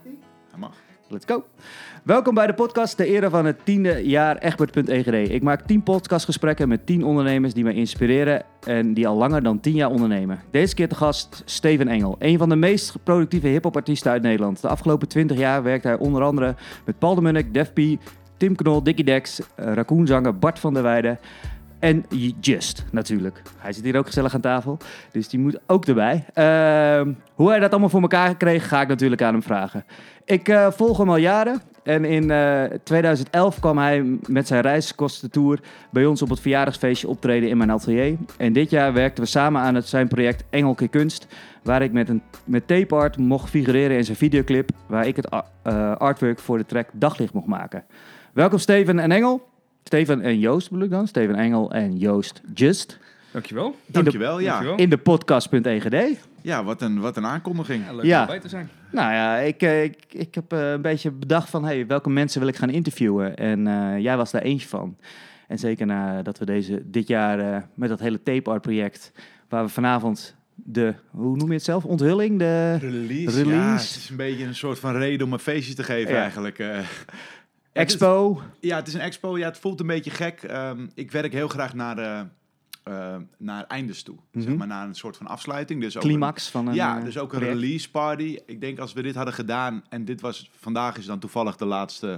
Hij mag. Let's go. Welkom bij de podcast ter ere van het 10e jaar Egbert.egd. Ik maak 10 podcastgesprekken met 10 ondernemers die mij inspireren en die al langer dan 10 jaar ondernemen. Deze keer te gast Steven Engel, een van de meest productieve hiphopartiesten uit Nederland. De afgelopen 20 jaar werkte hij onder andere met Paul de Munnik, Def P, Tim Knol, Dickie Dex, Raccoonzanger Bart van der Weijden en Just natuurlijk. Hij zit hier ook gezellig aan tafel, dus die moet ook erbij. Hoe hij dat allemaal voor elkaar kreeg, ga ik natuurlijk aan hem vragen. Ik volg hem al jaren en in 2011 kwam hij met zijn reiskostentour bij ons op het verjaardagsfeestje optreden in mijn atelier. En dit jaar werkten we samen aan zijn project Engelke Kunst, waar ik met tape art mocht figureren in zijn videoclip, waar ik het artwork voor de track Daglicht mocht maken. Welkom Steven en Engel. Steven en Joost bedoel ik dan. Steven Engel en Joost Just. Dankjewel. Dankjewel, ja. Dankjewel. In de podcast.egd. Ja, wat een aankondiging. Ja, leuk Ja. om erbij te zijn. Nou ja, ik heb een beetje bedacht van welke mensen wil ik gaan interviewen. En jij was daar eentje van. En zeker nadat we dit jaar met dat hele tape art project, waar we vanavond hoe noem je het zelf? Onthulling? De Release. Ja, het is een beetje een soort van reden om een feestje te geven eigenlijk. Expo. Het is een expo. Ja, het voelt een beetje gek. Ik werk heel graag naar eindes toe. Zeg maar naar een soort van afsluiting. Dus ook Climax van een dus ook een project. release party. Ik denk als we dit hadden gedaan en vandaag is dan toevallig de laatste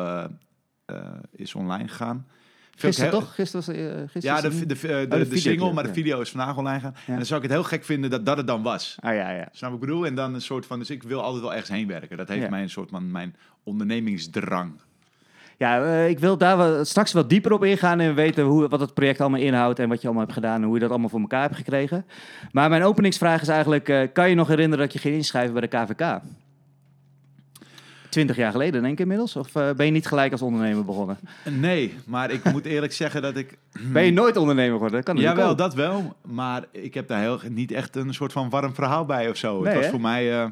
is online gegaan. Gisteren toch? Gisteren Ja, de videoclip, single, maar de ja. video is vandaag online gaan. Ja. En dan zou ik het heel gek vinden dat het dan was. Ah ja. Snap wat ik bedoel? En dan een soort van, dus ik wil altijd wel ergens heen werken. Dat heeft Ja. mij een soort van mijn ondernemingsdrang. Ja, ik wil daar straks wat dieper op ingaan en weten wat het project allemaal inhoudt en wat je allemaal hebt gedaan en hoe je dat allemaal voor elkaar hebt gekregen. Maar mijn openingsvraag is eigenlijk, kan je nog herinneren dat je ging inschrijven bij de KVK? 20 jaar geleden denk ik inmiddels? Of ben je niet gelijk als ondernemer begonnen? Nee, maar ik moet eerlijk zeggen dat ik... Ben je nooit ondernemer geworden? Dat kan natuurlijk Jawel, ook. dat wel. Maar ik heb daar niet echt een soort van warm verhaal bij of zo. Nee, Het was hè? voor mij...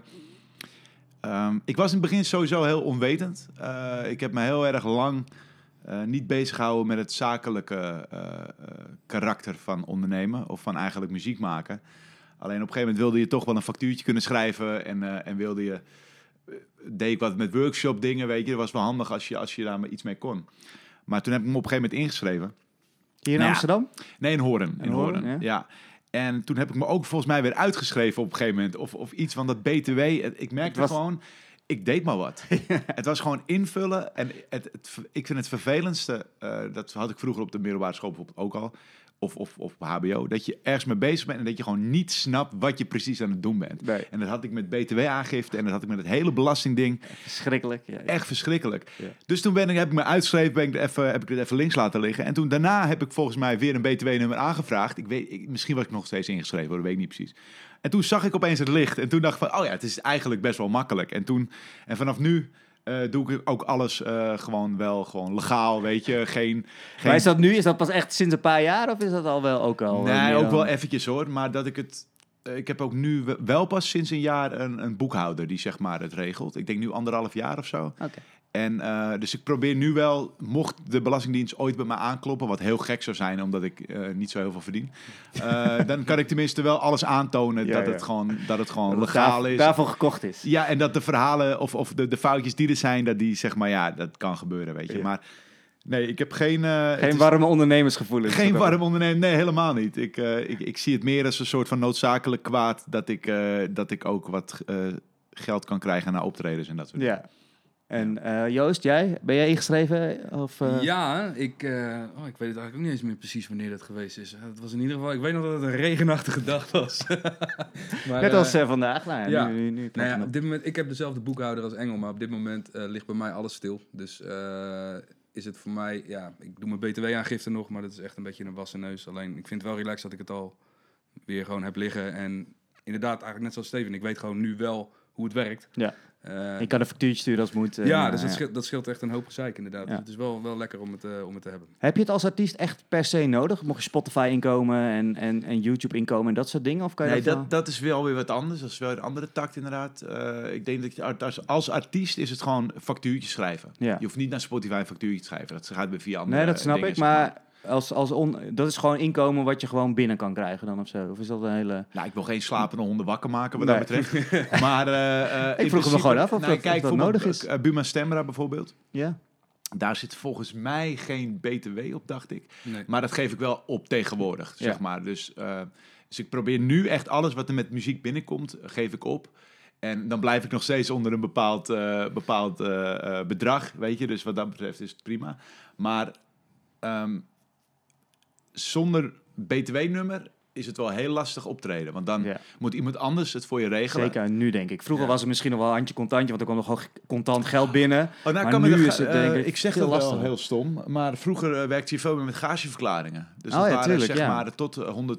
ik was in het begin sowieso heel onwetend. Ik heb me heel erg lang niet bezig gehouden met het zakelijke karakter van ondernemen. Of van eigenlijk muziek maken. Alleen op een gegeven moment wilde je toch wel een factuurtje kunnen schrijven. En wilde je... deed ik wat met workshop dingen, weet je. Dat was wel handig als je daar maar iets mee kon. Maar toen heb ik me op een gegeven moment ingeschreven. Hier in Nou ja. Amsterdam? Nee, in Hoorn. In Hoorn, ja. Ja. En toen heb ik me ook volgens mij weer uitgeschreven op een gegeven moment. Of iets van dat BTW. Ik merkte gewoon, ik deed maar wat. Het was gewoon invullen. En ik vind het vervelendste, dat had ik vroeger op de middelbare school bijvoorbeeld ook al. Of op HBO, dat je ergens mee bezig bent en dat je gewoon niet snapt wat je precies aan het doen bent. Nee. En dat had ik met BTW-aangifte en dat had ik met het hele belastingding. Verschrikkelijk. Ja. Echt verschrikkelijk. Ja. Dus toen heb ik me uitgeschreven, heb ik het even links laten liggen. En toen daarna heb ik volgens mij weer een BTW-nummer aangevraagd. Misschien was ik nog steeds ingeschreven, dat weet ik niet precies. En toen zag ik opeens het licht en toen dacht ik van, oh ja, het is eigenlijk best wel makkelijk. En vanaf nu... doe ik ook alles gewoon legaal, weet je. Geen... Maar is dat nu? Is dat pas echt sinds een paar jaar of is dat al wel ook al? Nee, ook dan... wel eventjes hoor. Maar dat ik het... ik heb ook nu wel pas sinds een jaar een boekhouder die zeg maar het regelt. Ik denk nu 1,5 jaar of zo. Oké. En dus ik probeer nu wel, mocht de Belastingdienst ooit bij mij aankloppen, wat heel gek zou zijn omdat ik niet zo heel veel verdien, dan kan ik tenminste wel alles aantonen dat het gewoon legaal is. Daarvoor gekocht is. Ja, en dat de verhalen of de foutjes die er zijn, dat die zeg maar, dat kan gebeuren, weet je. Ja. Maar nee, ik heb geen Warme ondernemersgevoelens. geen warm ondernemen, nee, helemaal niet. Ik zie het meer als een soort van noodzakelijk kwaad dat ik ook wat geld kan krijgen naar optredens en dat soort dingen. Ja. En Joost, ben jij ingeschreven? Of, Ja, ik weet het eigenlijk ook niet eens meer precies wanneer dat geweest is. Het was in ieder geval, ik weet nog dat het een regenachtige dag was. Maar, net als vandaag. Nou ja, ja. nu Nou ja, op dit moment, ik heb dezelfde boekhouder als Engel, maar op dit moment ligt bij mij alles stil. Dus is het voor mij, ja, ik doe mijn BTW-aangifte nog, maar dat is echt een beetje een wassen neus. Alleen, ik vind het wel relaxed dat ik het al weer gewoon heb liggen. En inderdaad, eigenlijk net zoals Steven, ik weet gewoon nu wel hoe het werkt. Ja. Je kan een factuurtje sturen als het moet. Dus dat scheelt echt een hoop gezeik inderdaad. Ja. Dus het is wel lekker om het te hebben. Heb je het als artiest echt per se nodig? Mocht je Spotify inkomen en YouTube inkomen en dat soort dingen? Of kan je Nee, dat is wel weer wat anders. Dat is wel een andere takt inderdaad. Ik denk dat je als artiest is het gewoon factuurtjes schrijven. Ja. Je hoeft niet naar Spotify een factuurtje te schrijven. Dat gaat weer via andere Nee, dat snap dingen, ik. zeg Maar Dat is gewoon inkomen wat je gewoon binnen kan krijgen dan of zo? Of is dat een hele... Nou, ik wil geen slapende honden wakker maken wat Nee. dat betreft. Maar Ik vroeg me gewoon af of dat kijk, nodig is. Buma Stemra bijvoorbeeld. Ja? Daar zit volgens mij geen BTW op, dacht ik. Nee. Maar dat geef ik wel op tegenwoordig, Ja. zeg maar. Dus ik probeer nu echt alles wat er met muziek binnenkomt, geef ik op. En dan blijf ik nog steeds onder een bepaald bedrag, weet je. Dus wat dat betreft is het prima. Maar zonder BTW-nummer is het wel heel lastig optreden. Want dan Ja. moet iemand anders het voor je regelen. Zeker nu, denk ik. Vroeger Ja. was er misschien nog wel een handje contantje, want er kwam nog gewoon contant geld binnen. Oh, nou, Maar nu is het, denk ik, ik zeg veel dat wel lastiger. heel stom, maar vroeger werkte je veel meer met gageverklaringen. Dus Oh dat ja, waren tuurlijk, zeg ja. maar tot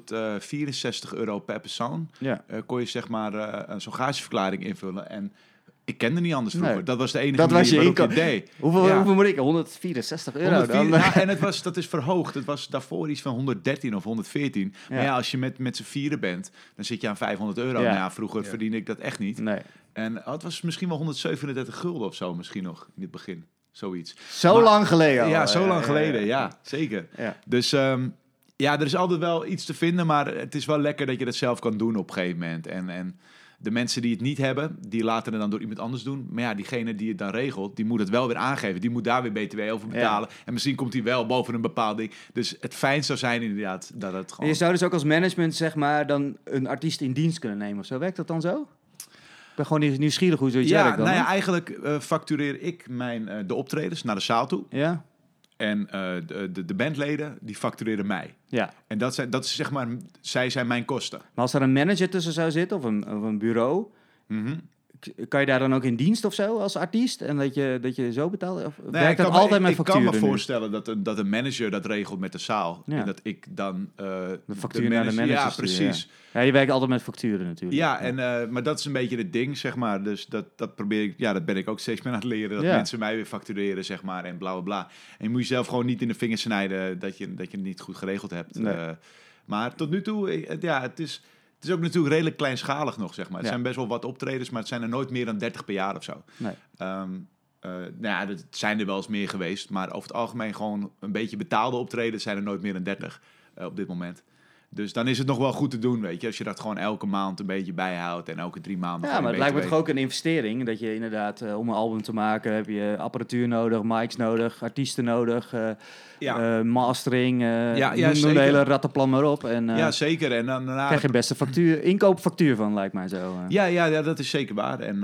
€164 per persoon. Ja. Kon je zeg maar zo'n gageverklaring invullen. En ik kende niet anders vroeger. Nee. Dat was de enige Dat was manier je waarop je inkomen. het deed. Hoeveel, Ja. hoeveel moet ik? €164 104, dan? ja, en dat is verhoogd. Het was daarvoor iets van 113 of 114. Ja. Maar ja, als je met z'n vieren bent, dan zit je aan €500. Ja. Nou ja, vroeger Ja. verdiende ik dat echt niet. Nee. En het was misschien wel €137 of zo misschien nog in het begin. Zoiets. Zo Maar- lang geleden al. Ja, zo lang geleden. Ja, zeker. Ja. Dus ja, er is altijd wel iets te vinden, maar het is wel lekker dat je dat zelf kan doen op een gegeven moment. En de mensen die het niet hebben, die laten het dan door iemand anders doen. Maar ja, diegene die het dan regelt, die moet het wel weer aangeven. Die moet daar weer BTW over betalen. En misschien komt hij wel boven een bepaald ding. Dus het fijn zou zijn inderdaad dat het En gewoon... je zou dus ook als management, zeg maar, dan een artiest in dienst kunnen nemen of zo. Werkt dat dan zo? Ik ben gewoon nieuwsgierig hoe zoiets werkt dan. nou ja, hè? eigenlijk factureer ik de optredens naar de zaal toe. Ja? En de bandleden, die factureren mij. Ja. En dat is zeg maar, zij zijn mijn kosten. Maar als er een manager tussen zou zitten of een bureau, Mhm. kan je daar dan ook in dienst of zo als artiest? En dat je zo betaalt? Of Nee, werkt ik dat kan me- altijd met ik facturen kan me nu? voorstellen dat een manager dat regelt met de zaal. Ja. En dat ik dan... De factuur naar de manager Ja, sturen, precies. Ja, je werkt altijd met facturen natuurlijk. Ja, maar dat is een beetje het ding, zeg maar. Dus dat probeer ik... Ja, dat ben ik ook steeds meer aan het leren. Dat Ja. mensen mij weer factureren, zeg maar. En bla, bla, bla. En je moet jezelf gewoon niet in de vingers snijden dat je het niet goed geregeld hebt. Nee. Maar tot nu toe, het is ook natuurlijk redelijk kleinschalig nog, zeg maar. Het Ja. zijn best wel wat optredens, maar het zijn er nooit meer dan 30 per jaar of zo. Nee. Nou ja, dat zijn er wel eens meer geweest. Maar over het algemeen gewoon een beetje betaalde optredens zijn er nooit meer dan 30 op dit moment. Dus dan is het nog wel goed te doen, weet je. Als je dat gewoon elke maand een beetje bijhoudt en elke 3 maanden... Ja, gewoon maar het een lijkt me beetje toch ook een investering. Dat je inderdaad, om een album te maken, heb je apparatuur nodig, mics nodig, artiesten nodig, mastering, ja, noem de zeker. hele rattenplan maar op. En Ja, zeker. En dan daarna... krijg je best een inkoopfactuur van, lijkt mij zo. Ja, dat is zeker waar. En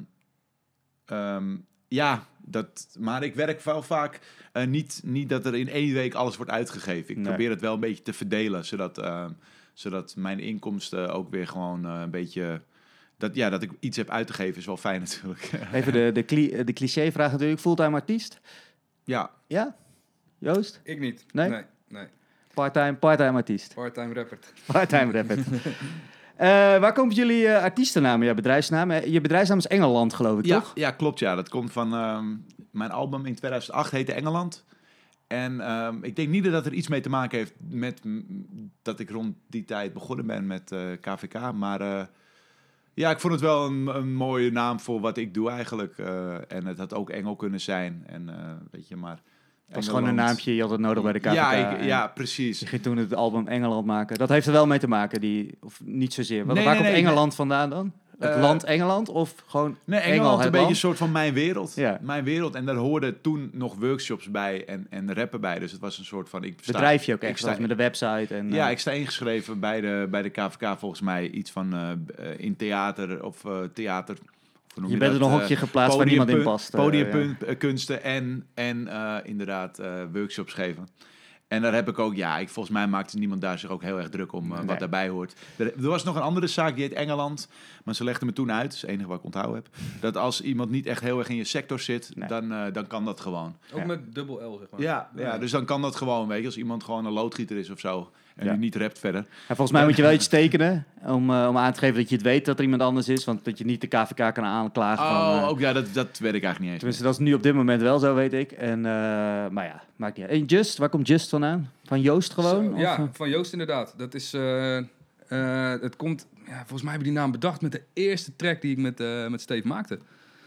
maar ik werk wel vaak niet dat er in 1 week alles wordt uitgegeven. Ik Nee. probeer het wel een beetje te verdelen, zodat mijn inkomsten ook weer gewoon een beetje... Dat ik iets heb uit te geven is wel fijn natuurlijk. Even de cliché-vraag natuurlijk. Fulltime artiest? Ja, Ja? Joost? Ik niet. Nee? Nee. Part-time artiest. Part-time rapper. Part-time rapper. Waar komt jullie artiestennaam, je bedrijfsnaam? Je bedrijfsnaam is Engeland, geloof ik, toch? Ja, klopt. Ja, dat komt van mijn album in 2008 heette Engeland. En ik denk niet dat er iets mee te maken heeft met dat ik rond die tijd begonnen ben met KVK. Maar ja, ik vond het wel een mooie naam voor wat ik doe eigenlijk. En het had ook Engel kunnen zijn. En weet je, maar... Dat was gewoon een naampje, je had het nodig bij de KVK. Ja, precies. Je ging toen het album Engeland maken. Dat heeft er wel mee te maken, of niet zozeer. Waar komt Engeland vandaan dan? Het land Engeland of gewoon Nee, Engel, Engeland het een beetje een land? soort van mijn wereld. Ja. Mijn wereld. En daar hoorden toen nog workshops bij en rappen bij. Dus het was een soort van... Bedrijf je ook echt, ik sta- zoals met de website. En, Ja, ik sta ingeschreven bij de KVK volgens mij. Iets van in theater of theater... je bent in een hokje geplaatst waar niemand in past. Podiumkunsten en inderdaad workshops geven. En daar heb ik ook, volgens mij maakte niemand daar zich ook heel erg druk om wat daarbij hoort. Er was nog een andere zaak, die heet Engeland. Maar ze legden me toen uit, dat is het enige wat ik onthouden heb. Dat als iemand niet echt heel erg in je sector zit, dan kan dat gewoon. Ook Ja. met dubbel L, zeg maar. Ja, dus dan kan dat gewoon, weet je. Als iemand gewoon een loodgieter is of zo en die niet rapt verder. En volgens mij moet je wel iets tekenen om aan te geven dat je het weet dat er iemand anders is. Want dat je niet de KVK kan aanklagen. Ook dat weet ik eigenlijk niet eens. Tenminste, dat is nu op dit moment wel zo, weet ik. En, maar ja, maakt niet uit. En Just, waar komt Just vandaan? Van Joost gewoon? Zo, ja, Of, van Joost inderdaad. Dat is... het komt... Ja, volgens mij hebben we die naam bedacht met de eerste track die ik met Steve maakte.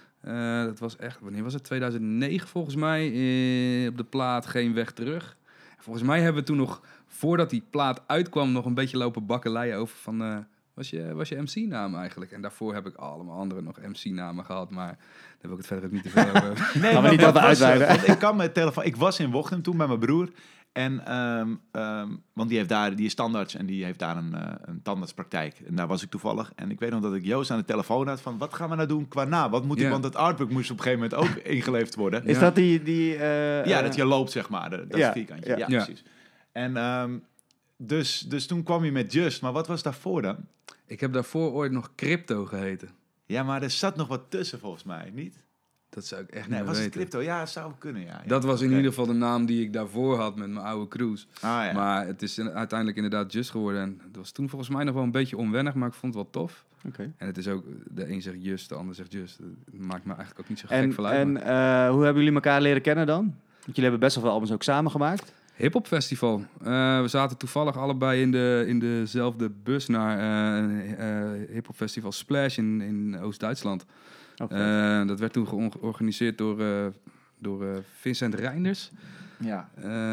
Dat was echt... Wanneer was het? 2009 volgens mij. Op de plaat Geen Weg Terug. Volgens mij hebben we toen nog, voordat die plaat uitkwam, nog een beetje lopen bakkeleien over van... was je MC-naam eigenlijk? En daarvoor heb ik allemaal andere nog MC-namen gehad, maar daar wil ik het verder ook niet te veel over. Nee, Gaan we niet wat over was, uitweiden. want ik kan mijn telefoon... Ik was in Wochtem toen met mijn broer. En, want die is tandarts en die heeft daar een tandartspraktijk. En daar was ik toevallig. En ik weet nog dat ik Joost aan de telefoon had van... Wat gaan we nou doen qua naam? Wat moet want het artwork moest op een gegeven moment ook ingeleverd worden. Is dat die dat je loopt, zeg maar. Dat vierkantje. Ja, precies. En dus toen kwam je met Just. Maar wat was daarvoor dan? Ik heb daarvoor ooit nog Crypto geheten. Ja, maar er zat nog wat tussen volgens mij, niet? Dat zou ik echt niet Nee, meer was het weten. Crypto? Ja, zou kunnen, ja. Dat was in ieder geval de naam die ik daarvoor had met mijn oude cruise. Ja. Maar het is uiteindelijk inderdaad Just geworden. En dat was toen volgens mij nog wel een beetje onwennig, maar ik vond het wel tof. Oké. En het is ook, de een zegt Just, de ander zegt Just. Het maakt me eigenlijk ook niet zo gek veel uit. En hoe hebben jullie elkaar leren kennen dan? Want jullie hebben best wel veel albums ook samen gemaakt. Hip-hop festival. We zaten toevallig allebei in dezelfde bus naar hip-hop festival Splash in Oost-Duitsland. Dat werd toen georganiseerd door Vincent Reinders. Ja.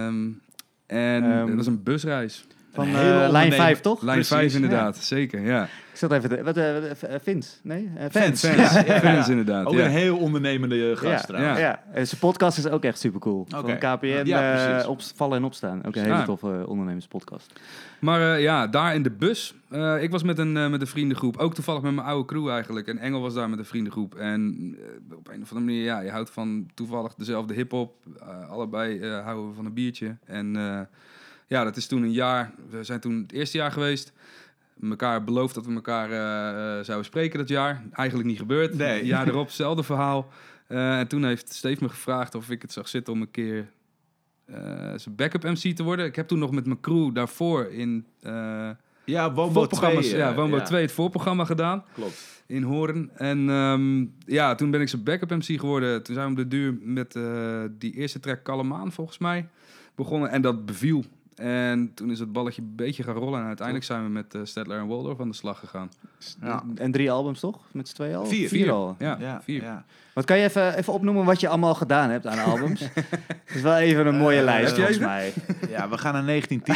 Het was een busreis. Van hele lijn 5, toch? Lijn 5 inderdaad, zeker, ja. Ik zat even... Vince? Nee? Fans. Fans inderdaad, Ook ja. een heel ondernemende gast trouwens. Ja. Zijn podcast is ook echt super cool. Oké. Van KPN, Ja, precies. Vallen en Opstaan. Ook een hele toffe ondernemerspodcast. Maar daar in de bus. Ik was met een vriendengroep. Ook toevallig met mijn oude crew eigenlijk. En Engel was daar met een vriendengroep. En op een of andere manier, je houdt van toevallig dezelfde hiphop. Allebei houden we van een biertje. En dat is toen een jaar. We zijn toen het eerste jaar geweest. Mekaar beloofd dat we elkaar zouden spreken dat jaar. Eigenlijk niet gebeurd. Nee. Een jaar erop, hetzelfde verhaal. En toen heeft Steve me gevraagd of ik het zag zitten om een keer zijn backup MC te worden. Ik heb toen nog met mijn crew daarvoor in Woonboot 2. Woonboot 2 het voorprogramma gedaan. Klopt. In Hoorn. En toen ben ik zijn backup MC geworden. Toen zijn we op de duur met die eerste track Kalemaan volgens mij begonnen. En dat beviel. En toen is het balletje een beetje gaan rollen. En uiteindelijk zijn we met Stedtler en Waldorf aan de slag gegaan. Ja. En 3 albums, toch? Met z'n tweeën al? 4 al. Ja, 4. Ja. Wat kan je even opnoemen wat je allemaal gedaan hebt aan albums? Dat is wel even een mooie lijst, heb jij volgens mij. Ja, we gaan naar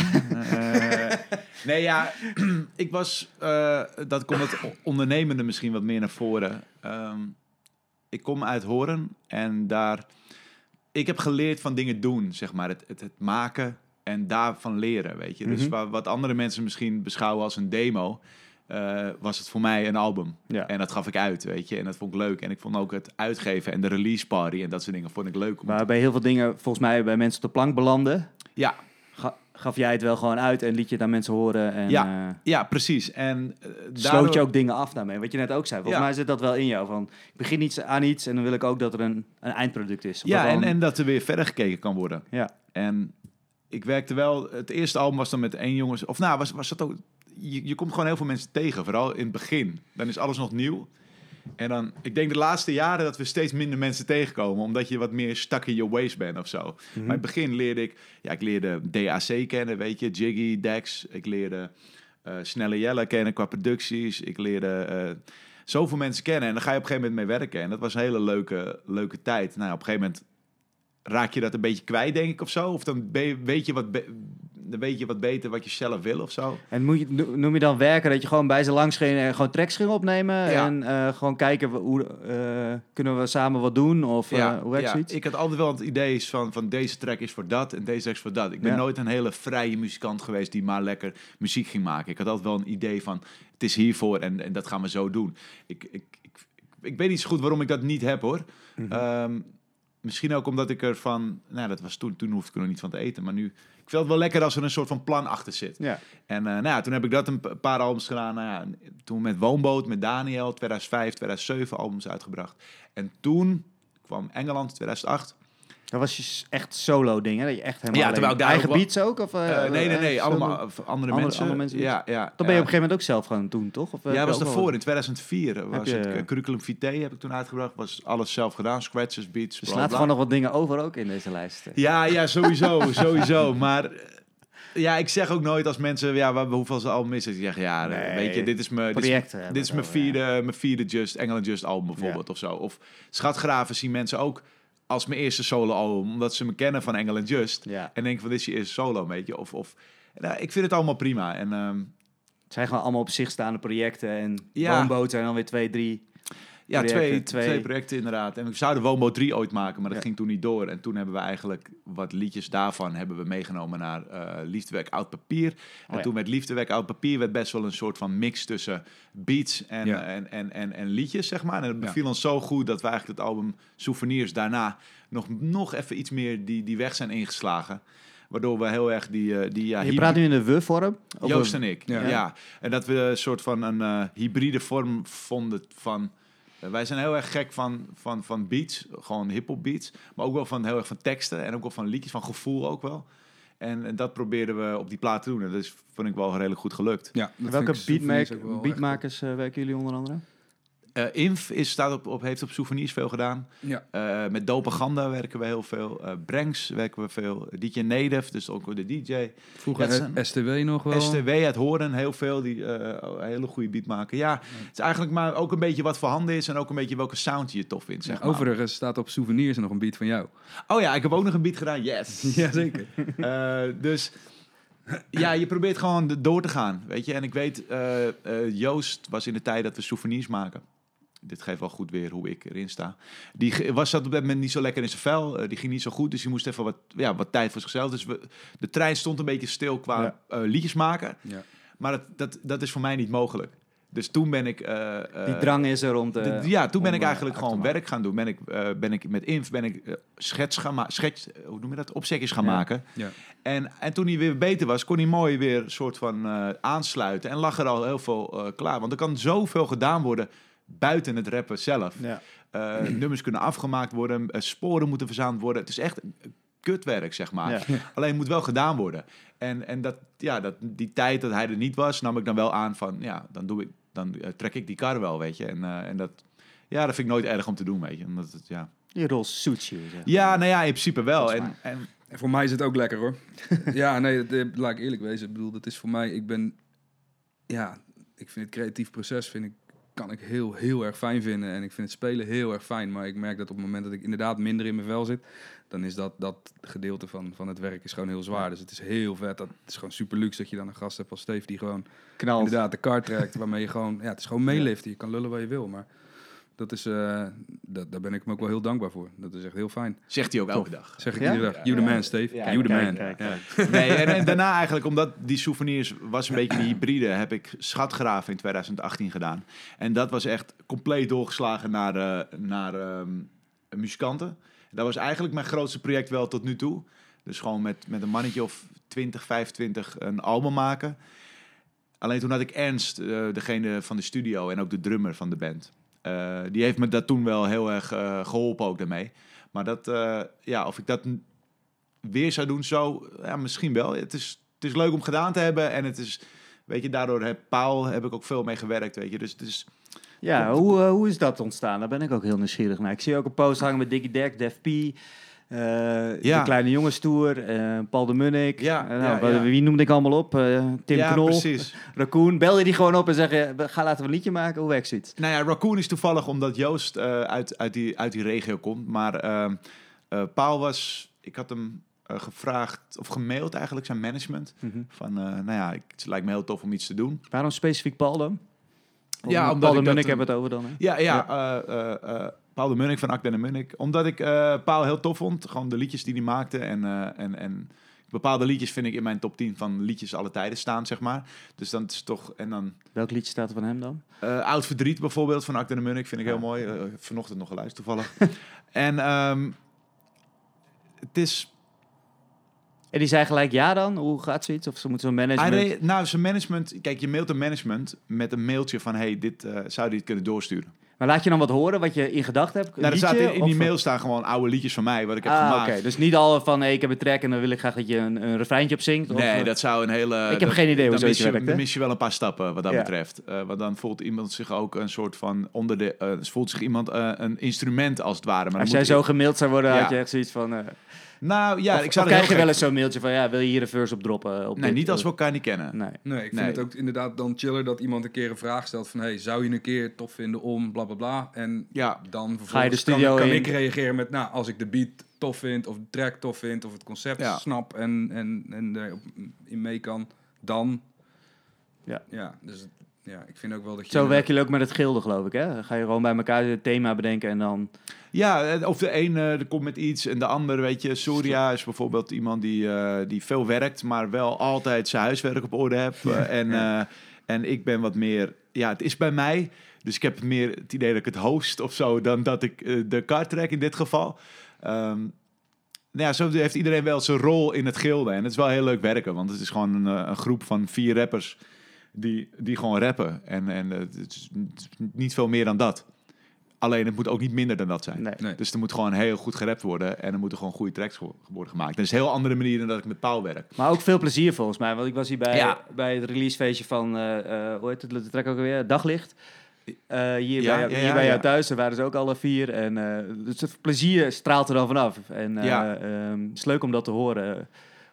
1910. Ik was... dat komt het ondernemende misschien wat meer naar voren. Ik kom uit Hoorn en daar... Ik heb geleerd van dingen doen, zeg maar. Het maken en daarvan leren, weet je. Dus wat andere mensen misschien beschouwen als een demo... was het voor mij een album. Ja. En dat gaf ik uit, weet je. En dat vond ik leuk. En ik vond ook het uitgeven en de release party en dat soort dingen vond ik leuk. Waarbij heel veel dingen volgens mij bij mensen op de plank belanden. Ja. Gaf jij het wel gewoon uit en liet je het aan mensen horen. En, Ja, precies. En sloot je ook dingen af daarmee. Wat je net ook zei. Volgens Ja. mij zit dat wel in jou. Van, ik begin iets aan iets en dan wil ik ook dat er een eindproduct is. Ja, en dat er weer verder gekeken kan worden. Ja. En ik werkte wel... Het eerste album was dan met 1 jongens... Of nou, was dat ook... Je komt gewoon heel veel mensen tegen, vooral in het begin. Dan is alles nog nieuw. En dan, ik denk de laatste jaren dat we steeds minder mensen tegenkomen, omdat je wat meer stuck in your ways bent of zo. Maar in het begin leerde ik leerde DAC kennen, weet je, Jiggy, Dex. Ik leerde Snelle Jelle kennen qua producties. Ik leerde zoveel mensen kennen en dan ga je op een gegeven moment mee werken. En dat was een hele leuke tijd. Nou, op een gegeven moment raak je dat een beetje kwijt, denk ik, of zo. Of dan weet je wat beter wat je zelf wil of zo. En noem je dan werken dat je gewoon bij ze langs ging en gewoon tracks ging opnemen? Ja. En gewoon kijken, hoe kunnen we samen wat doen? Of hoe werkt zoiets? Ik had altijd wel het idee van deze track is voor dat en deze track is voor dat. Ik ben nooit een hele vrije muzikant geweest die maar lekker muziek ging maken. Ik had altijd wel een idee van, het is hiervoor en dat gaan we zo doen. Ik weet niet zo goed waarom ik dat niet heb, hoor. Misschien ook omdat ik ervan... Nou, dat was toen hoefde ik er nog niet van te eten. Maar nu... Ik vind het wel lekker als er een soort van plan achter zit. Ja. En toen heb ik dat een paar albums gedaan. Toen met Woonboot, met Daniel, 2005, 2007 albums uitgebracht. En toen kwam Engeland, 2008. Dat was je echt solo ding, hè? Dat je echt helemaal Ja, terwijl ik daar eigen ook wel- beats ook? Of, Nee. solo? Allemaal andere mensen. Andere mensen. Ja. Dat ben je op een gegeven moment ook zelf gaan doen, toch? Of, Ja, heb was je ook daarvoor. wel- In 2004 was je- het Curriculum Vitae heb ik toen uitgebracht. Was alles zelf gedaan. Scratches, beats, Er bla, slaat bla. gewoon nog wat dingen over ook in deze lijst. Ja, sowieso. Maar ja, ik zeg ook nooit als mensen... hoeveel album is het? Ik zeg, Nee, weet je, dit is mijn projecten. mijn vierde Just, England Just album bijvoorbeeld of zo. Of Schatgraven zien mensen ook als mijn eerste solo-album. Omdat ze me kennen van Engel & Just. Ja. En denken van, dit is je eerste solo, weet je. Nou, ik vind het allemaal prima. En Het zijn gewoon allemaal op zich staande projecten. En Ja. Woonboot zijn dan weer 2, 3. ja, projecten, twee projecten inderdaad. En we zouden Woonboot 3 ooit maken, maar dat Ja. ging toen niet door. En toen hebben we eigenlijk wat liedjes daarvan hebben we meegenomen naar Liefdewerk Oud Papier. En ja. toen werd Liefdewerk Oud Papier werd best wel een soort van mix tussen beats en, Ja. en liedjes, zeg maar. En het Ja. beviel ons zo goed dat we eigenlijk het album Souvenirs daarna nog even iets meer die weg zijn ingeslagen. Waardoor we heel erg Je praat nu in de we-vorm? Of Joost een- en ik, Ja. ja. En dat we een soort van een hybride vorm vonden van... wij zijn heel erg gek van beats, gewoon hip-hop beats. Maar ook wel heel erg van teksten en ook wel van liedjes, van gevoel ook wel. En dat probeerden we op die plaat te doen. En dat vond ik wel redelijk goed gelukt. Ja, dat Welke vind ik Souvenirs ook wel echt beatmakers werken jullie onder andere? Inf heeft op Souvenirs veel gedaan. goed. Ja. Met Dopaganda werken we heel veel. Brengs werken we veel. DJ Native, dus ook de DJ. Vroeger Ja, het STW nog wel. STW uit Horen, heel veel. Die hele goede beat maken. Ja, het is eigenlijk maar ook een beetje wat voorhanden is. En ook een beetje welke sound je tof vindt, zeg Ja, maar. overigens staat op Souvenirs nog een beat van jou. Oh ja, ik heb ook nog een beat gedaan. Yes. Jazeker. Dus ja, je probeert gewoon door te gaan, weet je. En ik weet, Joost was in de tijd dat we souvenirs maken. Dit geeft wel goed weer hoe ik erin sta. Zat op dat moment niet zo lekker in zijn vel. Die ging niet zo goed, dus die moest even wat tijd voor zichzelf. Dus de trein stond een beetje stil qua liedjes maken. Ja. Maar dat is voor mij niet mogelijk. Dus toen ben ik... Die drang is er om te... toen ben om, ik eigenlijk af te gewoon maken. werk gaan doen. Ben ik met Inf hoe noem je dat? Opzetjes gaan Ja. maken. Ja. En toen hij weer beter was, kon hij mooi weer een soort van aansluiten. En lag er al heel veel klaar. Want er kan zoveel gedaan worden buiten het rappen zelf. Ja. Nummers kunnen afgemaakt worden, sporen moeten verzameld worden. Het is echt kutwerk, zeg maar. Ja. Alleen het moet wel gedaan worden. En die tijd dat hij er niet was, nam ik dan wel aan van... Ja, dan trek ik die kar wel, weet je. En dat vind ik nooit erg om te doen, weet je. Omdat het, ja... Die rol suits you. zeg. Ja, nou ja, in principe wel. Volgens mij. En En voor mij is het ook lekker hoor. Ja, nee, laat ik eerlijk wezen. Ik bedoel, dat is voor mij... ik vind het creatief proces kan ik heel, heel erg fijn vinden. En ik vind het spelen heel erg fijn. Maar ik merk dat op het moment dat ik inderdaad minder in mijn vel zit... dan is dat gedeelte van het werk is gewoon heel zwaar. Dus het is heel vet. Het is gewoon super luxe dat je dan een gast hebt als Steve... die gewoon Knalt. inderdaad de kar trekt. Waarmee je gewoon... Ja, het is gewoon meeliften. Je kan lullen wat je wil. Maar dat is... daar ben ik hem ook wel heel dankbaar voor. Dat is echt heel fijn. zegt hij ook elke dag. Zeg ik Ja? iedere dag. You the man, Steve. Ja, You the kijk, man. kijk, Ja. kijk. Nee, en daarna eigenlijk, omdat die souvenirs was een beetje die hybride... heb ik Schatgraven in 2018 gedaan. En dat was echt compleet doorgeslagen naar muzikanten. Dat was eigenlijk mijn grootste project wel tot nu toe. Dus gewoon met een mannetje of 20, 25 een album maken. Alleen toen had ik Ernst, degene van de studio en ook de drummer van de band. Die heeft me dat toen wel heel erg geholpen ook daarmee. Maar of ik dat weer zou doen zo, ja, misschien wel. Het is leuk om gedaan te hebben en het is, weet je, daardoor heb ik ook veel mee gewerkt, weet je. Dus het is... Ja, hoe is dat ontstaan? Daar ben ik ook heel nieuwsgierig naar. Ik zie ook een post hangen met Diggy Deck, Def P, de Kleine Jongenstoer, Paul de Munnik. Ja, Wie noemde ik allemaal op? Tim ja, Knol, precies. Raccoon. Bel je die gewoon op en zeg je, laten we een liedje maken? Hoe werkt zoiets? Nou ja, Raccoon is toevallig omdat Joost uit die regio komt. Maar Paul was... Ik had hem gevraagd, of gemaild eigenlijk, zijn management. Van, het lijkt me heel tof om iets te doen. Waarom specifiek Paul dan? Ja, omdat Paul de ik dat Munnik hebben we het over dan. Hè? Paul de Munnik van Akden en Munnik. Omdat ik Paul heel tof vond. Gewoon de liedjes die hij maakte. En bepaalde liedjes vind ik in mijn top 10 van liedjes alle tijden staan, zeg maar. Dus dan is het toch... En dan... Welk liedje staat er van hem dan? Oud Verdriet bijvoorbeeld van Akden en Munnik vind ik heel mooi. Vanochtend nog geluisterd toevallig. En het is... En die zei gelijk ja dan? Hoe gaat zoiets? Of ze moeten zo'n management... Zijn management... Kijk, je mailt een management met een mailtje van... Hey, zou dit kunnen doorsturen? Maar laat je dan wat horen wat je in gedachten hebt? Nou, er staat in die mail staan gewoon oude liedjes van mij, wat ik heb gemaakt. Oké. Dus niet al van, ik heb een track en dan wil ik graag dat je een refreintje op zingt? Nee, of, dat zou een hele... Ik heb geen idee hoe zoiets werkt, hè? Dan mis je wel een paar stappen wat dat Ja. betreft. Want dan voelt iemand zich ook een soort van... voelt zich iemand een instrument als het ware. Maar Als dan jij moet zo gemaild zou worden, Ja. had je echt zoiets van... Nou ja, of, ik zou of er krijg je heel wel gek- eens zo'n mailtje van, wil je hier een verse op droppen? Op Nee, dit? niet als we elkaar niet kennen. Nee. Nee, ik vind Nee. het ook inderdaad dan chiller dat iemand een keer een vraag stelt van... hey, zou je een keer tof vinden om bla bla bla. En Ja. dan Ga je vervolgens de studio kan in? ik reageren met, nou, als ik de beat tof vind, of de track tof vind, of het concept Ja. snap en er in mee kan, dan. Ja. Dus ik vind ook wel dat je... Zo werken jullie ook met het gilde, geloof ik, hè? Dan ga je gewoon bij elkaar het thema bedenken en dan... Ja, of de een er komt met iets en de ander, weet je. Surya is bijvoorbeeld iemand die veel werkt, maar wel altijd zijn huiswerk op orde heeft. En ik ben wat meer... Ja, het is bij mij. Dus ik heb meer het idee dat ik het host of zo, dan dat ik de kaart trek in dit geval. Zo heeft iedereen wel zijn rol in het gilde. En het is wel heel leuk werken, want het is gewoon een groep van 4 rappers die gewoon rappen. En het is niet veel meer dan dat. Alleen het moet ook niet minder dan dat zijn. Nee. Dus er moet gewoon heel goed gerapt worden en er moeten gewoon goede tracks worden gemaakt. Dat is een heel andere manier dan dat ik met Paul werk. Maar ook veel plezier volgens mij. Want ik was hier Ja. bij het releasefeestje van, hoe heet het, de track ook alweer? Daglicht. Hier Ja, bij ja. jou thuis, daar waren ze ook alle 4. En dus het plezier straalt er dan vanaf. En het is leuk om dat te horen.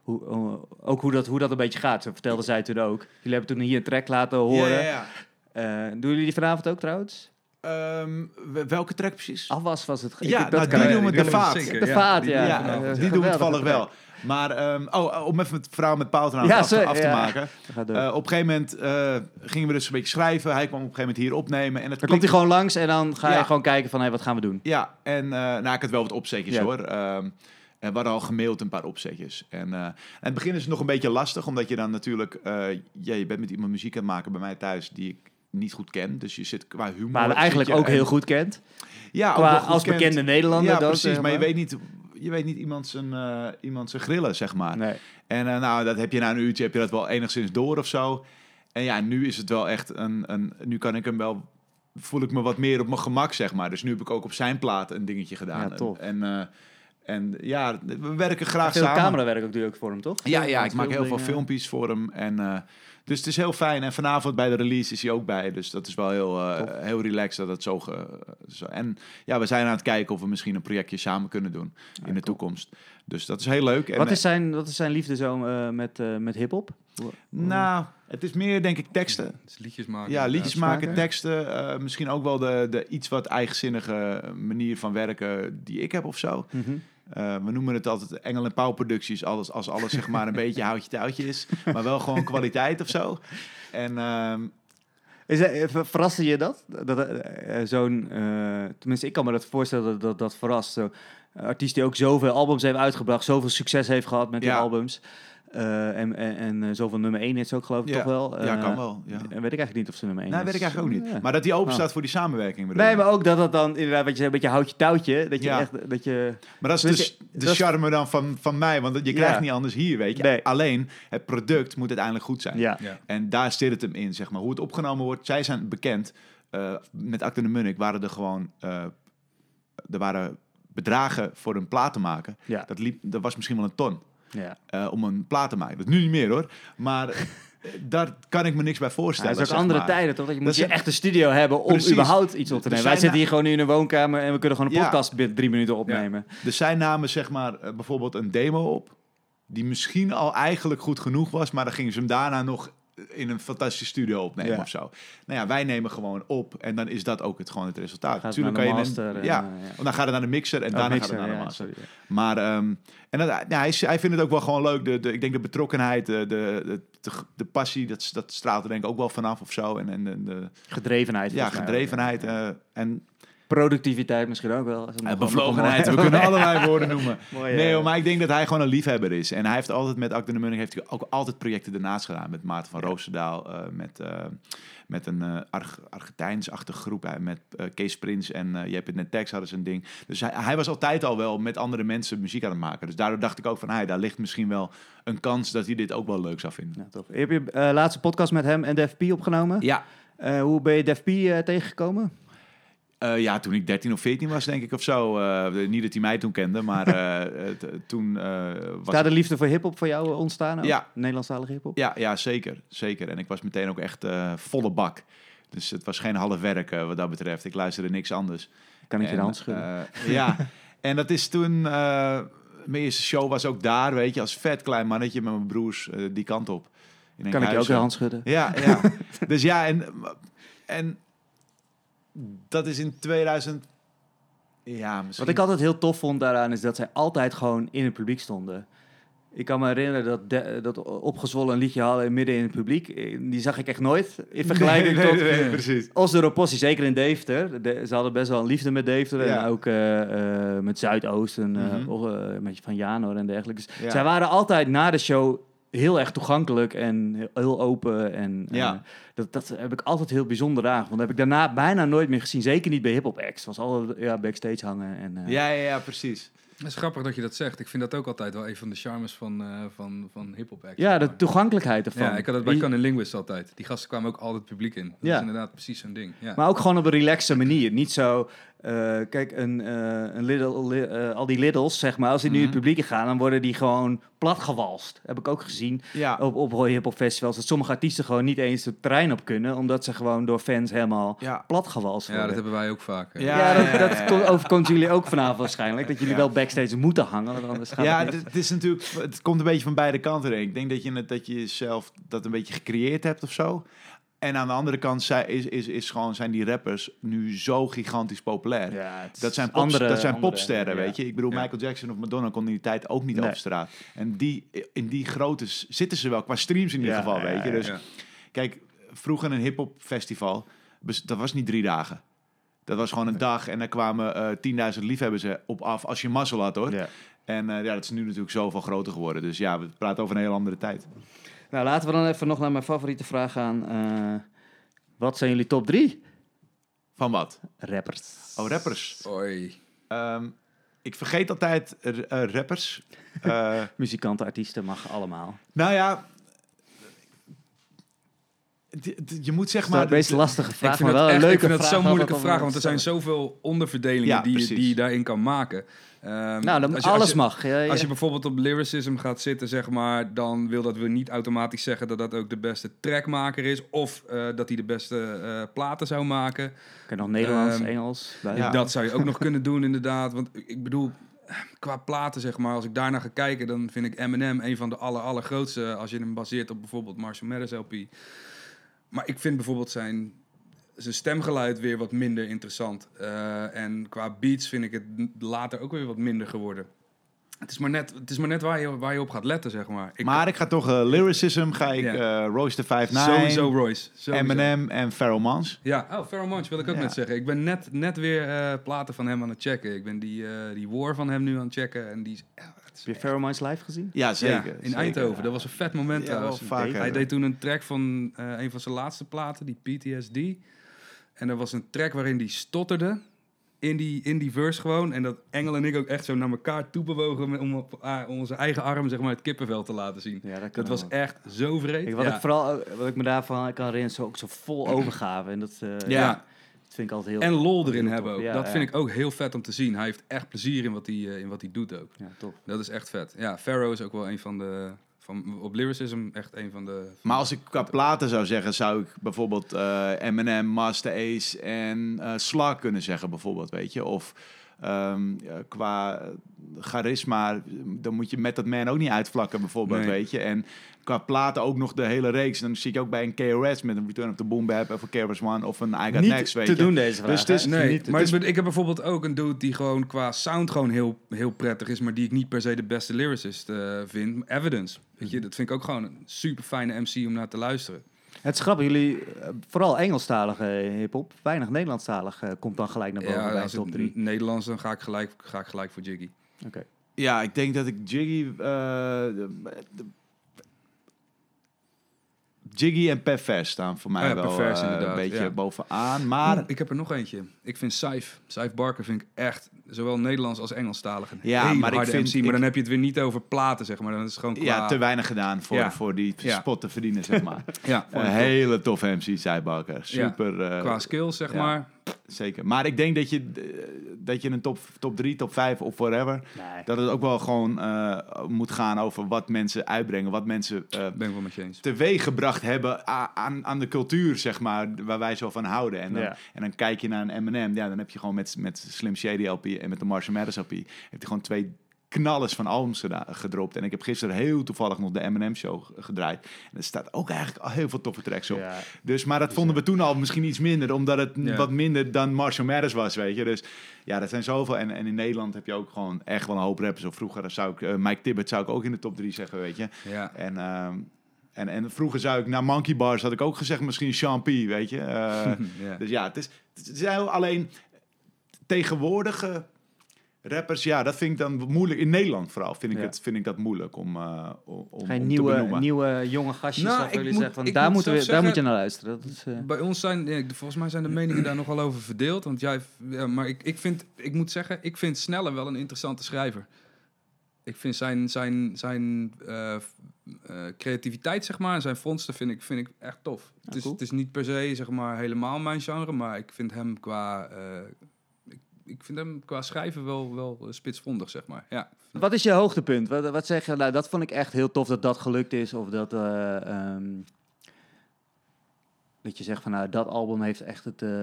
Hoe dat een beetje gaat. Zo vertelde zij toen ook. Jullie hebben toen hier een track laten horen. Doen jullie die vanavond ook trouwens? Welke track precies? Afwas was het. Ja, dat nou, kan die ik- noemen we de vaat. zeker. De vaat, ja. Die doen we toevallig wel. Maar om even het verhaal met Paul trouwens af te maken. Op een gegeven moment gingen we dus een beetje schrijven. Hij kwam op een gegeven moment hier opnemen. En het Dan komt hij gewoon langs en dan ga je Ja. gewoon kijken van, wat gaan we doen? Ja, en ik had wel wat opzetjes Ja. hoor. En we hadden al gemaild een paar opzetjes. En in het begin is het nog een beetje lastig, omdat je dan natuurlijk... je bent met iemand muziek aan het maken bij mij thuis die ik niet goed ken. Dus je zit qua humor... Maar eigenlijk ook heel goed kent. Ja, ook Qua, wel goed als kent. bekende Nederlander. Ja, dan, precies. zeg Maar je weet niet iemand zijn grillen, zeg maar. Nee. En dat heb je na een uurtje heb je dat wel enigszins door of zo. En ja, nu is het wel echt nu kan ik hem wel... Voel ik me wat meer op mijn gemak, zeg maar. Dus nu heb ik ook op zijn plaat een dingetje gedaan. Ja, tof. En we werken graag Veel samen. camerawerk ook doe je ook voor hem, toch? Ja, ik maak heel veel dingen. filmpjes voor hem. En, dus het is heel fijn. En vanavond bij de release is hij ook bij. Dus dat is wel heel relaxed dat het zo... En ja, we zijn aan het kijken of we misschien een projectje samen kunnen doen in de toekomst. Dus dat is heel leuk. En, Wat is zijn liefde zo met hiphop? Nou, het is meer denk ik teksten. Dus liedjes maken. Ja, liedjes maken, maken. teksten. Misschien ook wel de iets wat eigenzinnige manier van werken die ik heb of zo. We noemen het altijd Engel en Pauw producties. Als alles zeg maar een beetje houtje-touwtje is. Maar wel gewoon kwaliteit of zo. En Verraste je dat? Tenminste, ik kan me dat voorstellen dat verrast. Zo'n artiest die ook zoveel albums heeft uitgebracht, zoveel succes heeft gehad met die Ja. albums. En zoveel nummer 1 is ook geloof ik toch wel. ja, kan wel. Ja. En weet ik eigenlijk niet of ze nummer 1 Nee, is. weet ik eigenlijk ook niet. Ja. Maar dat die open Oh. staat voor die samenwerking. bedoel Nee, je? maar ook dat dan inderdaad, wat je een beetje houtje-touwtje. Dat je Ja. echt... Dat je, Maar dat is Weet dus je, de dat is- charme dan van mij. Want je krijgt Ja. niet anders hier, weet je. Nee. Alleen, het product moet uiteindelijk goed zijn. ja. Ja. En daar zit het hem in, zeg maar. Hoe het opgenomen wordt. Zij zijn bekend. Met Acte de Munnik waren er gewoon... er waren bedragen voor een plaat te maken. Ja. Dat was misschien wel een ton. Ja. Om een plaat te maken. Dat is nu niet meer hoor. Maar daar kan ik me niks bij Ja, voorstellen. het is ook zeg andere maar. tijden, toch? Dat je Dat moet je is- echt een studio hebben om Precies. überhaupt iets op te Er nemen. zijn Wij zitten hier gewoon nu in een woonkamer en we kunnen gewoon een Ja. podcast binnen 3 minuten opnemen. Dus zij namen zeg maar bijvoorbeeld een demo op. Die misschien al eigenlijk goed genoeg was. Maar dan gingen ze hem daarna nog in een fantastische studio opnemen Ja. of zo. Nou ja, wij nemen gewoon op. En dan is dat ook gewoon het resultaat. Gaat Tuurlijk naar de kan master je... en, ja, ja. want dan gaat het naar de mixer en daarna gaat het naar de master. sorry. Maar hij vindt het ook wel gewoon leuk. Ik denk de betrokkenheid, de passie, dat straalt er denk ik ook wel vanaf of zo. En de Gedrevenheid. ja, volgens mij ook. gedrevenheid. En productiviteit misschien ook wel. bevlogenheid. We kunnen allerlei woorden noemen. Mooi, Nee, hoor, maar ik denk dat hij gewoon een liefhebber is. En hij heeft altijd met Acte de Munnik heeft hij ook altijd projecten ernaast gedaan. Met Maarten van Roosendaal, met een Argentijns-achtige groep. Met Kees Prins en je hebt het net Tex hadden ze een ding. Dus hij was altijd al wel met andere mensen muziek aan het maken. Dus daardoor dacht ik ook van, daar ligt misschien wel een kans dat hij dit ook wel leuk zou vinden. Ja, tof. Heb je laatste podcast met hem en Def P opgenomen? Ja. Hoe ben je Def P tegengekomen? Ja, toen ik 13 of 14 was, denk ik, of zo. Niet dat hij mij toen kende, maar toen was... Is daar de liefde voor hiphop voor jou ontstaan? Ook? Ja. Nederlandstalige hiphop? Ja, zeker. Zeker. En ik was meteen ook echt volle bak. Dus het was geen half werk wat dat betreft. Ik luisterde niks anders. Kan ik je de En, hand schudden? ja, en dat is toen... mijn eerste show was ook daar, weet je, als vet klein mannetje met mijn broers die kant op. Kan ik je ook de hand schudden? Ja. Dus ja, en dat is in 2000... Ja, misschien... Wat ik altijd heel tof vond daaraan is dat zij altijd gewoon in het publiek stonden. Ik kan me herinneren dat Opgezwollen een liedje hadden midden in het publiek. Die zag ik echt nooit. In vergelijking tot precies. Oslo Ropossi, zeker in Deventer. Ze hadden best wel een liefde met Deventer. Ja. En ook met Zuidoosten, met Van Janor en dergelijke. Dus Ja. zij waren altijd na de show heel erg toegankelijk en heel open. En dat heb ik altijd heel bijzonder aangevonden. Dat heb ik daarna bijna nooit meer gezien. Zeker niet bij hip-hop acts. Het was altijd backstage hangen. En, Ja, precies. Het is grappig dat je dat zegt. Ik vind dat ook altijd wel een van de charmes van hip-hop acts. Ja, de toegangelijkheid ervan. Ja, ik had het bij Cunning Linguist altijd. Die gasten kwamen ook altijd het publiek in. Dat is inderdaad precies zo'n ding. Ja. Maar ook gewoon op een relaxe manier. Niet zo... kijk, al die Liddles, zeg maar, als die nu het publiek in gaan, dan worden die gewoon platgewalst. Heb ik ook gezien op hip-hop festivals. Dat sommige artiesten gewoon niet eens het terrein op kunnen, omdat ze gewoon door fans helemaal platgewalst worden. Ja, dat hebben wij ook vaak. Dat overkomt jullie ook vanavond waarschijnlijk. Dat jullie wel backstage moeten hangen. Want anders gaat het niet. Het is natuurlijk... Het komt een beetje van beide kanten erin. Ik denk dat je zelf dat een beetje gecreëerd hebt of zo. En aan de andere kant zijn die rappers nu zo gigantisch populair. Ja, dat zijn popsterren, weet je. Ik bedoel, Michael Jackson of Madonna konden in die tijd ook niet over straat. En in die grootte zitten ze wel, qua streams in ieder geval, weet je. Dus kijk, vroeger een hip-hop festival, dat was niet 3 dagen. Dat was gewoon een dag en daar kwamen 10.000 liefhebbers op af, als je mazzel had, hoor. Ja. En dat is nu natuurlijk zoveel groter geworden. Dus ja, we praten over een heel andere tijd. Nou, laten we dan even nog naar mijn favoriete vraag gaan. Wat zijn jullie top 3? Van wat? Rappers. Oh, rappers. Oei. Ik vergeet altijd rappers. Muzikanten, artiesten, mag allemaal. Nou ja... Je moet zeg maar... Het meest lastige vraag, ik vind maar wel een leuke vraag. Ik vind dat zo'n moeilijke vraag, want er zijn zoveel onderverdelingen die je daarin kan maken. Alles mag. Als je bijvoorbeeld op lyricism gaat zitten, zeg maar, dan wil dat niet automatisch zeggen dat dat ook de beste trackmaker is, of dat hij de beste platen zou maken. Kan nog Nederlands, Engels. Dat zou je ook nog kunnen doen, inderdaad. Want ik bedoel, qua platen, zeg maar, als ik daarnaar ga kijken, dan vind ik Eminem een van de allergrootste, als je hem baseert op bijvoorbeeld Marshall Mathers LP. Maar ik vind bijvoorbeeld zijn stemgeluid weer wat minder interessant. En qua beats vind ik het later ook weer wat minder geworden. Het is maar net waar je op gaat letten, zeg maar. Maar ik ga toch lyricism, Royce the 5'9". Sowieso Royce. Eminem en Pharoah Monch. Ja, Pharoah Monch wil ik ook net zeggen. Ik ben net weer platen van hem aan het checken. Ik ben die War van hem nu aan het checken. En die is... Heb je Pharoah Monch live gezien? Ja, zeker. Ja, in Eindhoven. Dat was een vet moment trouwens. Hij deed toen een track van een van zijn laatste platen, die PTSD. En er was een track waarin die stotterde in die verse gewoon. En dat Engel en ik ook echt zo naar elkaar toe bewogen om op onze eigen arm, zeg maar, het kippenvel te laten zien. Ja, dat was echt zo vreed. Wat ik me daarvan kan herinneren, ook zo vol overgave. En dat vind ik altijd heel... En lol erin hebben ook. Ja, dat vind ik ook heel vet om te zien. Hij heeft echt plezier in wat hij doet ook. Ja, top. Dat is echt vet. Ja, Pharoah is ook wel een van de... op lyricism echt een van de... Maar als ik qua platen zou zeggen, zou ik bijvoorbeeld Eminem, Master Ace en Slug kunnen zeggen bijvoorbeeld, weet je. Of qua charisma, dan moet je Method Man ook niet uitvlakken bijvoorbeeld, weet je. En qua platen ook nog de hele reeks. Dan zie ik ook bij een KRS met een Return of the Boom Bap of een KRS One of een I Got Next, weet je. Niet te doen deze vraag. Dus ik heb bijvoorbeeld ook een dude die gewoon qua sound gewoon heel, heel prettig is, maar die ik niet per se de beste lyricist vind. Evidence. Weet je, dat vind ik ook gewoon een super fijne MC om naar te luisteren. Het is grappig, jullie, vooral Engelstalige hip-hop, weinig Nederlandstalig komt dan gelijk naar boven bij de top 3. Nederlands, dan ga ik gelijk voor Jiggy. Okay. Ja, ik denk dat ik Jiggy en Pervers staan voor mij wel een beetje bovenaan. Maar ik heb er nog eentje. Ik vind Saif Barker vind ik echt zowel Nederlands als Engelstalig een hele harde MC. Maar dan heb je het weer niet over platen, zeg maar. Dan is het gewoon te weinig gedaan voor die spot te verdienen, zeg maar. Een hele toffe MC, Saif Barker. Super. Qua skills, zeg maar. Zeker. Maar ik denk dat je een top 3, top 5 of whatever... dat het ook wel gewoon moet gaan over wat mensen uitbrengen. Wat mensen ben ik wel met je eens. teweeg gebracht hebben aan de cultuur, zeg maar, waar wij zo van houden. En dan kijk je naar een Eminem. Ja, dan heb je gewoon met Slim Shady LP en met de Marshall Mathers LP... heb je gewoon knallers van albums gedropt. En ik heb gisteren heel toevallig nog de Eminem Show gedraaid. En er staat ook eigenlijk al heel veel toffe tracks op. Ja. Dus, maar dat vonden we toen al misschien iets minder, omdat het wat minder dan Marshall Mathers was, weet je. Dus ja, dat zijn zoveel. En in Nederland heb je ook gewoon echt wel een hoop rappers. Of vroeger zou ik, Mike Tibbet zou ik ook in de top 3 zeggen, weet je. Ja. En vroeger zou ik, na Monkey Bars had ik ook gezegd misschien Sean P, weet je. Dus ja, het is heel alleen tegenwoordige rappers, ja, dat vind ik dan moeilijk. In Nederland vooral vind ik dat moeilijk om Geen te benoemen. nieuwe jonge gastjes, Nou, zou ik jullie moet- zeggen. Want ik daar moet zelf daar zeggen- moet je naar luisteren. Dat is, Bij ons volgens mij zijn de meningen daar nogal over verdeeld. Want maar ik moet zeggen, ik vind Snelle wel een interessante schrijver. Ik vind zijn creativiteit, zeg maar, en zijn vondsten vind ik echt tof. Cool. Het is niet per se, zeg maar, helemaal mijn genre, maar ik vind hem qua schrijven wel spitsvondig, zeg maar. Ja. Wat is je hoogtepunt? Wat zeg je? Nou, dat vond ik echt heel tof dat gelukt is. Of dat je zegt van, nou, dat album heeft echt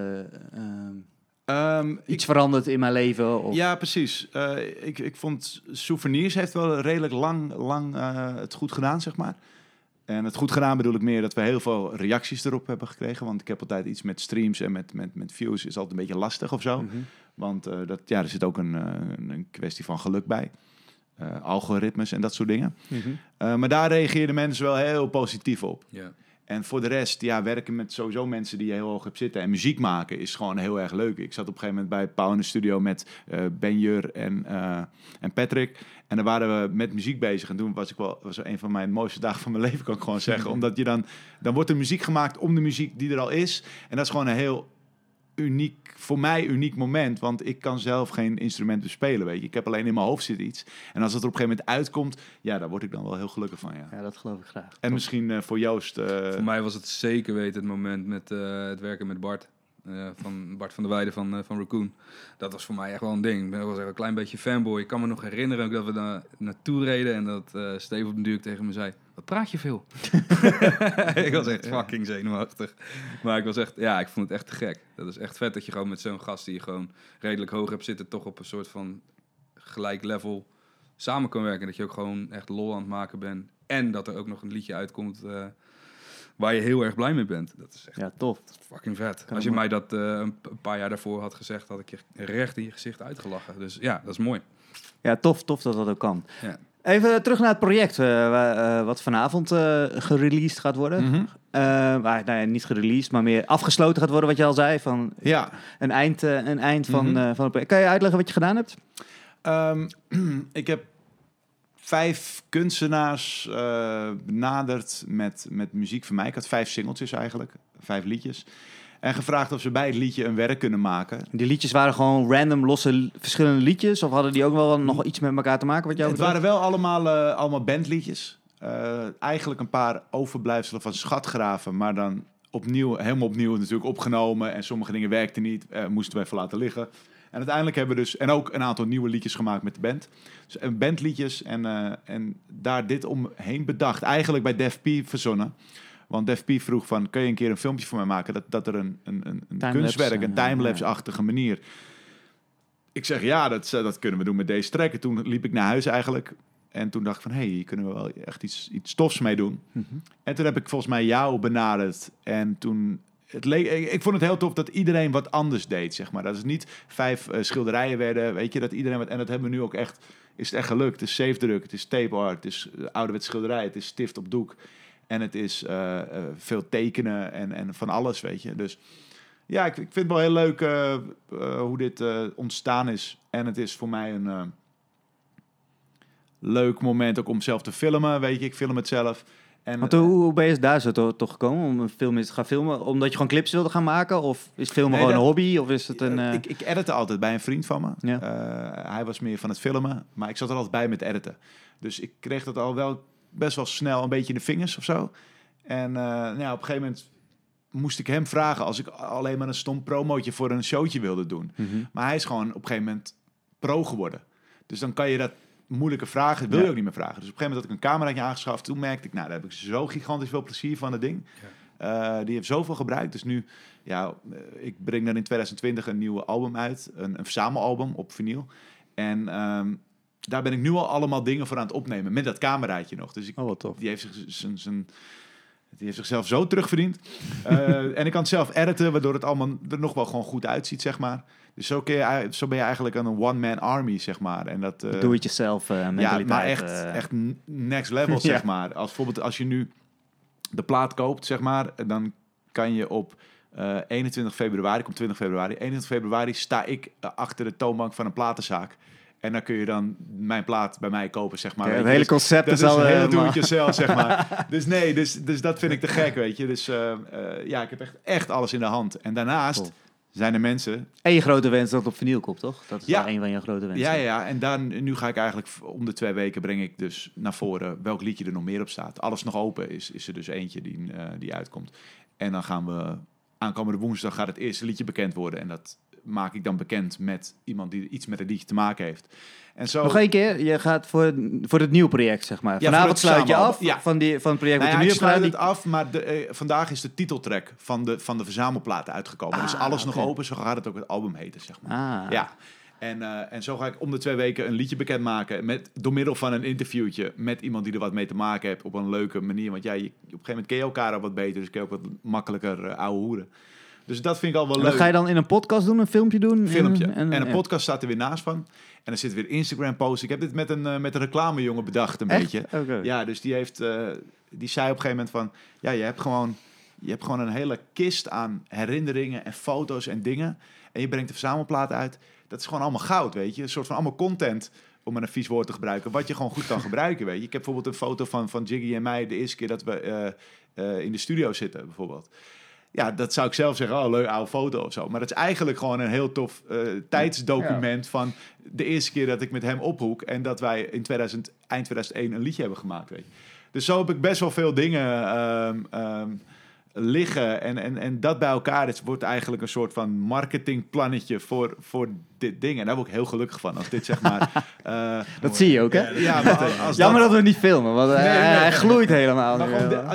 iets veranderd in mijn leven. Of... Ja, precies. Ik vond Souvenirs heeft wel redelijk lang het goed gedaan, zeg maar. En het goed gedaan bedoel ik meer dat we heel veel reacties erop hebben gekregen. Want ik heb altijd iets met streams en met views is altijd een beetje lastig of zo. Mhm. Want er zit ook een kwestie van geluk bij. Algoritmes en dat soort dingen. Mhm. Maar daar reageerden mensen wel heel positief op. Ja. En voor de rest, ja, werken met sowieso mensen die je heel hoog hebt zitten. En muziek maken is gewoon heel erg leuk. Ik zat op een gegeven moment bij Paul in de studio met Benjur en Patrick. En dan waren we met muziek bezig. En toen was er een van mijn mooiste dagen van mijn leven, kan ik gewoon zeggen. Omdat je dan wordt er muziek gemaakt om de muziek die er al is. En dat is gewoon een heel voor mij uniek moment. Want ik kan zelf geen instrument bespelen, weet je. Ik heb alleen in mijn hoofd zit iets. En als het er op een gegeven moment uitkomt, ja, daar word ik dan wel heel gelukkig van, ja. Ja, dat geloof ik graag. En misschien voor Joost... Voor mij was het zeker weten het moment met het werken met Bart. Van Bart van der Weijden van Raccoon. Dat was voor mij echt wel een ding. Ik was echt een klein beetje fanboy. Ik kan me nog herinneren ook dat we daar naartoe reden en dat Steve op de duur tegen me zei: wat praat je veel? Ik was echt fucking zenuwachtig. Maar ik vond het echt te gek. Dat is echt vet dat je gewoon met zo'n gast die je gewoon redelijk hoog hebt zitten, toch op een soort van gelijk level samen kan werken. Dat je ook gewoon echt lol aan het maken bent. En dat er ook nog een liedje uitkomt waar je heel erg blij mee bent. Dat is echt tof. fucking vet. Kan Als je ik mij dat een paar jaar daarvoor had gezegd, had ik je recht in je gezicht uitgelachen. Dus ja, dat is mooi. Ja, tof dat dat ook kan. Ja. Even terug naar het project wat vanavond gereleased gaat worden. Mhm. Niet gereleased, maar meer afgesloten gaat worden, wat je al zei. Van Ja. een eind van Mhm. het project. Kan je uitleggen wat je gedaan hebt? Ik heb 5 kunstenaars benaderd met muziek van mij. Ik had 5 singeltjes eigenlijk, 5 liedjes. En gevraagd of ze bij het liedje een werk kunnen maken. Die liedjes waren gewoon random, losse, verschillende liedjes? Of hadden die ook wel nog iets met elkaar te maken? Wat jou Het betreft? waren wel allemaal bandliedjes. Eigenlijk een paar overblijfselen van Schatgraven, maar dan helemaal opnieuw natuurlijk opgenomen. En sommige dingen werkten niet, moesten we even laten liggen. En uiteindelijk hebben we dus... En ook een aantal nieuwe liedjes gemaakt met de band. Dus bandliedjes en daar dit omheen bedacht. Eigenlijk bij Def P verzonnen. Want Def P vroeg van, kun je een keer een filmpje voor mij maken? Dat er een kunstwerk, een timelapse-achtige manier... Ik zeg, ja, dat kunnen we doen met deze track. En toen liep ik naar huis eigenlijk. En toen dacht ik van, hier kunnen we wel echt iets tofs mee doen. Mhm. En toen heb ik volgens mij jou benaderd. En toen... Ik vond het heel tof dat iedereen wat anders deed, zeg maar. Dat het niet 5 schilderijen werden, weet je. Dat iedereen wat... En dat hebben we nu ook echt... Is het echt gelukt. Het is zeefdruk, het is tape art, het is ouderwets schilderij, het is stift op doek. En het is veel tekenen en van alles, weet je. Dus ja, ik vind het wel heel leuk hoe dit ontstaan is. En het is voor mij een leuk moment ook om zelf te filmen, weet je. Ik film het zelf. En, Want hoe ben je daar zo toch gekomen om een film te gaan filmen? Omdat je gewoon clips wilde gaan maken? Of is filmen gewoon een hobby? Of is het een... Ik editte altijd bij een vriend van me. Ja. Hij was meer van het filmen, maar ik zat er altijd bij met editen. Dus ik kreeg dat al wel best wel snel een beetje in de vingers of zo. En op een gegeven moment moest ik hem vragen als ik alleen maar een stom promootje voor een showtje wilde doen. Mhm. Maar hij is gewoon op een gegeven moment pro geworden. Dus dan kan je dat moeilijke vragen, wil je ook niet meer vragen. Dus op een gegeven moment had ik een cameraatje aangeschaft. Toen merkte ik, daar heb ik zo gigantisch veel plezier van het ding. Ja. Die heeft zoveel gebruikt. Dus nu, ik breng dan in 2020 een nieuwe album uit. Een verzamelalbum op vinyl. En daar ben ik nu al allemaal dingen voor aan het opnemen. Met dat cameraatje nog. Dus wat tof. die heeft zichzelf zo terugverdiend. En ik kan het zelf editen, waardoor het allemaal er nog wel gewoon goed uitziet, zeg maar. Dus zo ben je eigenlijk een one-man army, zeg maar. En dat Do-it-yourself mentaliteit. Ja, maar echt next level, zeg maar. Als je nu de plaat koopt, zeg maar, dan kan je op 21 februari, komt 20 februari. 21 februari sta ik achter de toonbank van een platenzaak. En dan kun je dan mijn plaat bij mij kopen, zeg maar. Ja, het hele concept dat is al... heel do-it-yourself, zeg maar. Dus dat vind ik te gek, weet je. Dus ik heb echt alles in de hand. En daarnaast zijn er mensen... En je grote wens dat het op vinyl komt, toch? Dat is wel een van je grote wensen. Ja. En nu ga ik eigenlijk om de 2 weken breng ik dus naar voren welk liedje er nog meer op staat. Alles nog open is er dus eentje die uitkomt. En dan gaan we... Aankomende woensdag gaat het eerste liedje bekend worden. En dat maak ik dan bekend met iemand die iets met het liedje te maken heeft. En zo... Nog één keer, je gaat voor het nieuw project, zeg maar. Ja, vanavond sluit je af van het project nou wat ik nu sluit het af, maar vandaag is de titeltrack van de verzamelplaten uitgekomen. Dus alles nog open, zo gaat het ook het album heten, zeg maar. Ja. En zo ga ik om de 2 weken een liedje bekendmaken door middel van een interviewtje met iemand die er wat mee te maken heeft op een leuke manier. Want op een gegeven moment ken je elkaar al wat beter, dus kun je ook wat makkelijker ouwe hoeren. Dus dat vind ik al wel leuk. En ga je dan in een podcast doen, een filmpje doen? Een filmpje. En een podcast staat er weer naast van. En er zit weer Instagram-posts. Ik heb dit met een reclamejongen bedacht een beetje. Okay. Ja, dus die zei op een gegeven moment van... Ja, je hebt gewoon een hele kist aan herinneringen en foto's en dingen. En je brengt de verzamelplaat uit. Dat is gewoon allemaal goud, weet je. Een soort van allemaal content, om maar een vies woord te gebruiken, wat je gewoon goed kan gebruiken, weet je. Ik heb bijvoorbeeld een foto van Jiggy en mij de eerste keer dat we in de studio zitten, bijvoorbeeld. Ja, dat zou ik zelf zeggen, leuk oude foto of zo. Maar dat is eigenlijk gewoon een heel tof tijdsdocument van de eerste keer dat ik met hem ophoek en dat wij in eind 2001 een liedje hebben gemaakt, weet je. Dus zo heb ik best wel veel dingen liggen en dat bij elkaar wordt eigenlijk een soort van marketingplannetje voor dit ding. En daar word ik heel gelukkig van. Als dit zeg maar... dat zie je ook, hè? Ja, maar jammer dat we niet filmen, want hij gloeit helemaal. Maar gewoon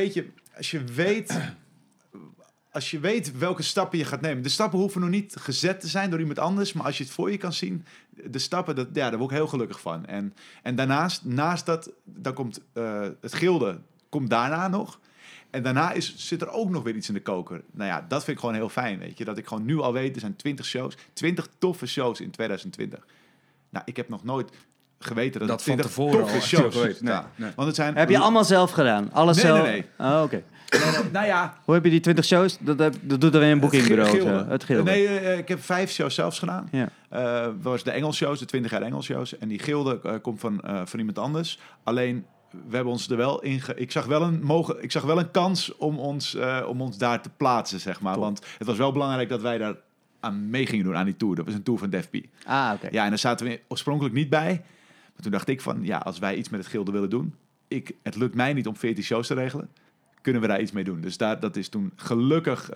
als je weet welke stappen je gaat nemen. De stappen hoeven nog niet gezet te zijn door iemand anders, maar als je het voor je kan zien, de stappen, daar word ik heel gelukkig van. En daarnaast, dan komt het gilde, komt daarna nog. En daarna zit er ook nog weer iets in de koker. Nou ja, dat vind ik gewoon heel fijn, weet je. Dat ik gewoon nu al weet, er zijn 20 shows. 20 toffe shows in 2020. Nou, ik heb nog nooit geweten dat 20 toffe shows zijn. Nee. Want het zijn... Heb je allemaal zelf gedaan? Alles zelf? Nee. Oh, oké. Nou ja... Hoe heb je die 20 shows? Dat doet er weer een boekingbureau. Het gilde. Nee, ik heb 5 shows zelfs gedaan. Ja. Dat was de Engelshows, de 20 jaar Engelshows. En die gilde komt van iemand anders. Alleen... We hebben ons er wel in... Ik zag wel een kans om ons daar te plaatsen, zeg maar. Top. Want het was wel belangrijk dat wij daar aan mee gingen doen, aan die tour. Dat was een tour van Def P. Oké. Ja, en daar zaten we oorspronkelijk niet bij. Maar toen dacht ik van, ja, als wij iets met het gilde willen doen... Het lukt mij niet om 14 shows te regelen. Kunnen we daar iets mee doen? Dus dat is toen gelukkig...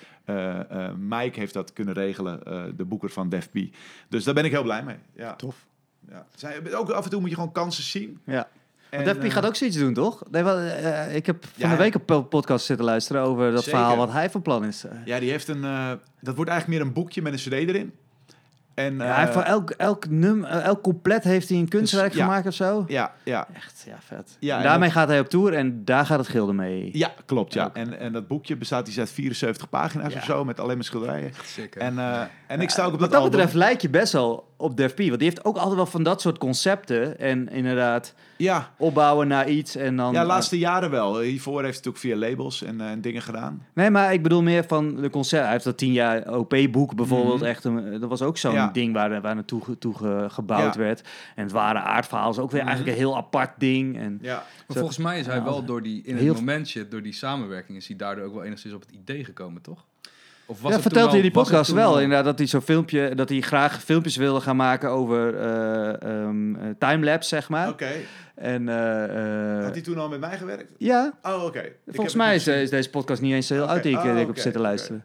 Mike heeft dat kunnen regelen, de boeker van Def P. Dus daar ben ik heel blij mee. Ja. Tof. Ja. Ook af en toe moet je gewoon kansen zien. Ja. Def P gaat ook zoiets doen, toch? Nee, ik heb van de week een podcast zitten luisteren over dat verhaal wat hij van plan is. Ja, die heeft dat wordt eigenlijk meer een boekje met een cd erin. En, hij heeft voor elk couplet heeft hij een kunstwerk gemaakt of zo. Ja. Echt, vet. Ja, en daarmee gaat hij op tour en daar gaat het gilde mee. Ja, klopt, ja. En dat boekje bestaat uit 74 pagina's of zo, met alleen maar schilderijen. Zeker. En ik sta ook op dat album. Wat dat betreft lijkt je best wel op Def P, want die heeft ook altijd wel van dat soort concepten en inderdaad opbouwen naar iets en dan... Ja, de laatste jaren wel. Hiervoor heeft hij ook via labels en dingen gedaan. Nee, maar ik bedoel meer van de concept. Hij heeft dat 10 jaar OP-boek bijvoorbeeld. Echt dat was ook zo'n ding waar naartoe gebouwd werd. En het ware aardverhaal is ook weer eigenlijk een heel apart ding. En maar volgens mij is hij wel door die samenwerking is hij daardoor ook wel enigszins op het idee gekomen, toch? Vertelt hij in die podcast wel inderdaad dat hij zo'n filmpje, dat hij graag filmpjes wilde gaan maken over timelapse, zeg maar. Oké. En had hij toen al met mij gewerkt? Ja. Oh, oké. Volgens mij is deze podcast niet eens zo heel oud die ik op zit te luisteren.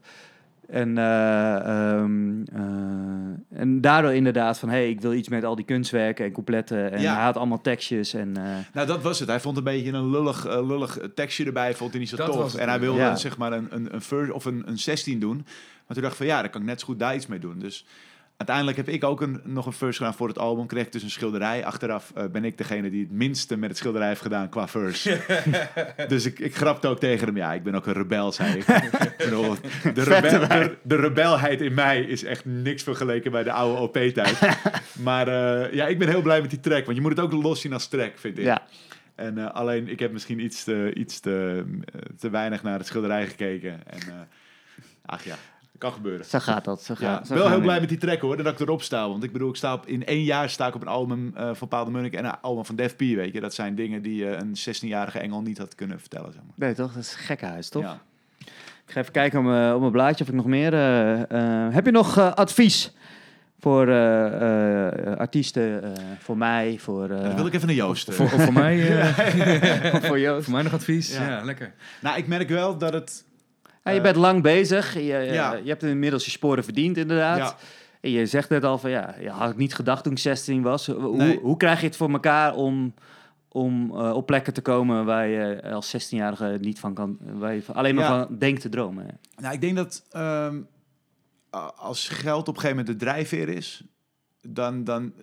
En daardoor inderdaad van, ik wil iets met al die kunstwerken en coupletten. En hij had allemaal tekstjes. Nou, dat was het. Hij vond een beetje een lullig tekstje erbij. Vond hij niet zo tof. En hij wilde zeg maar een 16 doen. Maar toen dacht ik van, dan kan ik net zo goed daar iets mee doen. Dus Uiteindelijk heb ik ook nog een verse gedaan voor het album. Kreeg ik dus een schilderij. Achteraf ben ik degene die het minste met het schilderij heeft gedaan qua verse. Dus ik grapte ook tegen hem. Ja, ik ben ook een rebel, zei ik. Ik bedoel, de rebelheid in mij is echt niks vergeleken bij de oude OP-tijd. Maar ik ben heel blij met die track. Want je moet het ook los zien als track, vind ik. Ja. En alleen, ik heb misschien iets te weinig naar het schilderij gekeken. En ach ja, kan gebeuren. Zo gaat dat. Wel heel blij met die track hoor, dat ik erop sta. Want ik bedoel, in 1 jaar sta ik op een album van Paul de Munnik en een album van Def P, weet je. Dat zijn dingen die een 16-jarige Engel niet had kunnen vertellen, zeg maar. Nee, toch? Dat is een gekkenhuis, toch? Ja. Ik ga even kijken op mijn blaadje of ik nog meer... heb je nog advies voor artiesten, voor mij, voor... Dan wil ik even naar Joost. Voor mij... voor Joost. Voor mij nog advies? Ja. Ja, lekker. Nou, ik merk wel dat het... Ja, je bent lang bezig. Je Ja. hebt inmiddels je sporen verdiend, inderdaad. Ja. En je zegt net al van, had ik niet gedacht toen ik 16 was. Nee. Hoe krijg je het voor elkaar om op plekken te komen waar je als 16-jarige niet van kan... Waar je alleen maar van denkt te dromen? Ja. Nou, ik denk dat als geld op een gegeven moment de drijfveer is... Dan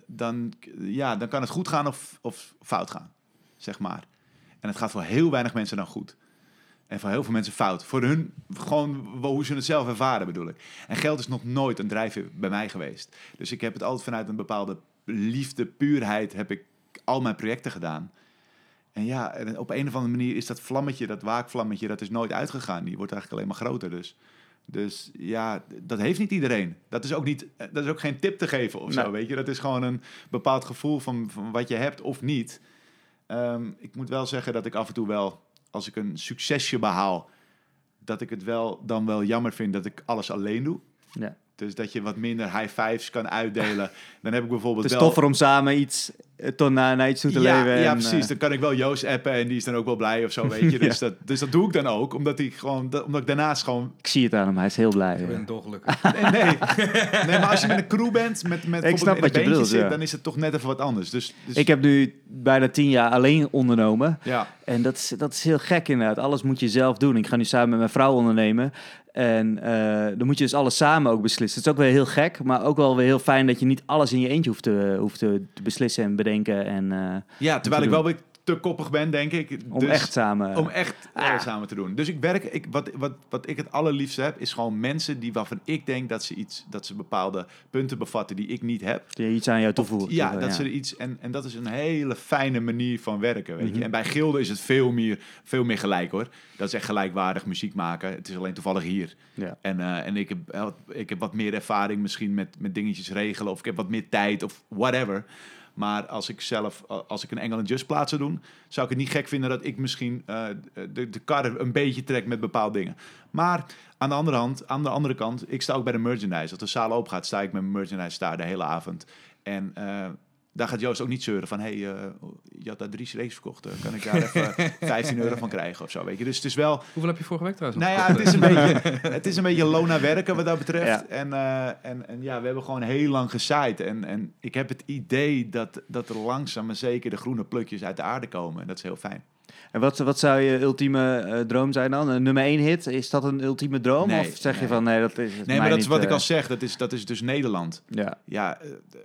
kan het goed gaan of fout gaan, zeg maar. En het gaat voor heel weinig mensen dan goed. En voor heel veel mensen fout. Voor hun gewoon hoe ze het zelf ervaren, bedoel ik. En geld is nog nooit een drijfveer bij mij geweest. Dus ik heb het altijd vanuit een bepaalde liefde, puurheid... heb ik al mijn projecten gedaan. En ja, en op een of andere manier is dat vlammetje, dat waakvlammetje... dat is nooit uitgegaan. Die wordt eigenlijk alleen maar groter. Dus ja, dat heeft niet iedereen. Dat is ook geen tip te geven of zo, weet je. Dat is gewoon een bepaald gevoel van wat je hebt of niet. Ik moet wel zeggen dat ik af en toe wel... als ik een succesje behaal... dat ik het dan wel jammer vind dat ik alles alleen doe. Ja. Dus dat je wat minder high fives kan uitdelen. Dan heb ik bijvoorbeeld Het is wel... toffer om samen iets naar iets toe te leven. Ja, en, precies. Dan kan ik wel Joost appen en die is dan ook wel blij of zo, weet je. Dus dat doe ik dan ook, omdat ik daarnaast gewoon... Ik zie het aan hem, hij is heel blij. Ik ben dolgelukkig. Nee, maar als je met een crew bent, met snap wat je bedoelt, zit, ja. dan is het toch net even wat anders. Dus Ik heb nu bijna 10 jaar alleen ondernomen. ja. En dat is heel gek inderdaad. Alles moet je zelf doen. Ik ga nu samen met mijn vrouw ondernemen. En dan moet je dus alles samen ook beslissen. Het is ook weer heel gek, maar ook wel weer heel fijn... dat je niet alles in je eentje hoeft te beslissen en bedenken. Ja, terwijl ik wel weer te koppig ben, denk ik. Om echt samen... Om echt alles samen te doen. Dus wat ik het allerliefste heb, is gewoon mensen waarvan ik denk dat ze bepaalde punten bevatten die ik niet heb. Die iets aan jou toevoegt. Ja, dat ze er iets... En dat is een hele fijne manier van werken, weet je. En bij Gilde is het veel meer gelijk, hoor. Dat is echt gelijkwaardig muziek maken. Het is alleen toevallig hier. Ja. En ik heb wat meer ervaring misschien met dingetjes regelen. Of ik heb wat meer tijd of whatever. Maar als ik een Engel en Just plaat zou doen... zou ik het niet gek vinden dat ik misschien de kar een beetje trek met bepaalde dingen. Maar aan de andere kant, ik sta ook bij de merchandise. Als de zaal open gaat, sta ik met mijn merchandise de hele avond. En daar gaat Joost ook niet zeuren van... je had daar 3 CD's verkocht. Kan ik daar even €15 van krijgen of zo, weet je. Dus het is wel... Hoeveel heb je vorige week trouwens? Nou ja, het is een beetje loon naar werken wat dat betreft. Ja. En we hebben gewoon heel lang gezaaid. En ik heb het idee dat er langzaam maar zeker de groene plukjes uit de aarde komen. En dat is heel fijn. En wat zou je ultieme droom zijn dan? Een nummer 1 hit, is dat een ultieme droom? Nee, of zeg je van, nee, dat is nee, maar dat is wat ik al zeg. Dat is dus Nederland. Ja.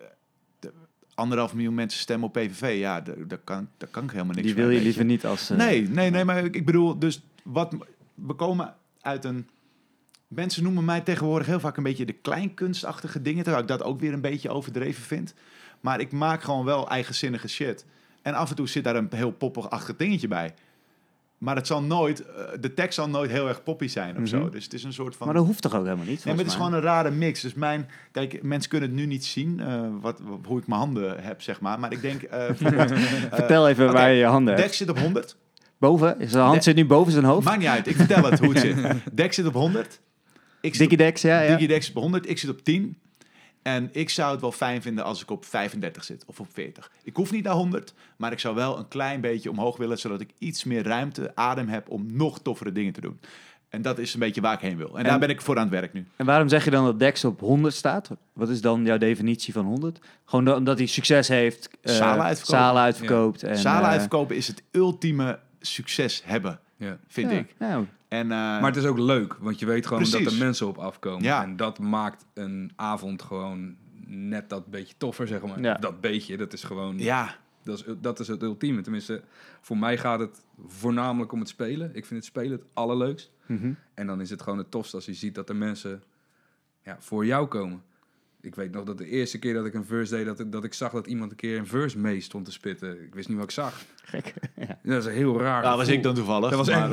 1,5 miljoen mensen stemmen op PVV. Ja, daar kan ik helemaal niks Die van. wil je liever niet als... Nee, maar ik bedoel, dus we komen uit een... Mensen noemen mij tegenwoordig heel vaak een beetje de kleinkunstachtige dingen, terwijl ik dat ook weer een beetje overdreven vind. Maar ik maak gewoon wel eigenzinnige shit. En af en toe zit daar een heel poppig-achtig dingetje bij. Maar het zal nooit, de tekst zal nooit heel erg poppy zijn of zo. Dus het is een soort van... Maar dat hoeft toch ook helemaal niet? Nee, maar het is gewoon een rare mix. Dus kijk, mensen kunnen het nu niet zien, hoe ik mijn handen heb, zeg maar. Maar ik denk... Vertel even waar je je handen hebt. Dex zit op 100. Boven? Zijn hand zit nu boven zijn hoofd? Maakt niet uit, ik vertel het hoe het zit. Dex zit op 100. Dickie Dex, ja. Dickie Dex op 100, ik zit op 10. En ik zou het wel fijn vinden als ik op 35 zit of op 40. Ik hoef niet naar 100, maar ik zou wel een klein beetje omhoog willen, zodat ik iets meer ruimte, adem heb om nog toffere dingen te doen. En dat is een beetje waar ik heen wil. En daar ben ik voor aan het werk nu. En waarom zeg je dan dat Dex op 100 staat? Wat is dan jouw definitie van 100? Gewoon omdat hij succes heeft. Zalen uitverkoopt. Ja. Zalen uitverkopen is het ultieme succes hebben, vind ik. Ja. Maar het is ook leuk, want je weet gewoon precies. dat er mensen op afkomen. Ja. En dat maakt een avond gewoon net dat beetje toffer, zeg maar. Ja. Dat beetje, dat is gewoon... Ja, Dat is het ultieme. Tenminste, voor mij gaat het voornamelijk om het spelen. Ik vind het spelen het allerleukst. Mhm. En dan is het gewoon het tofst als je ziet dat er mensen voor jou komen. Ik weet nog dat de eerste keer dat ik een verse deed, dat ik zag dat iemand een keer een verse mee stond te spitten. Ik wist niet wat ik zag. Gek. Ja. Dat is een heel raar dat was gevoel. ik dan toevallig. Dat was maar,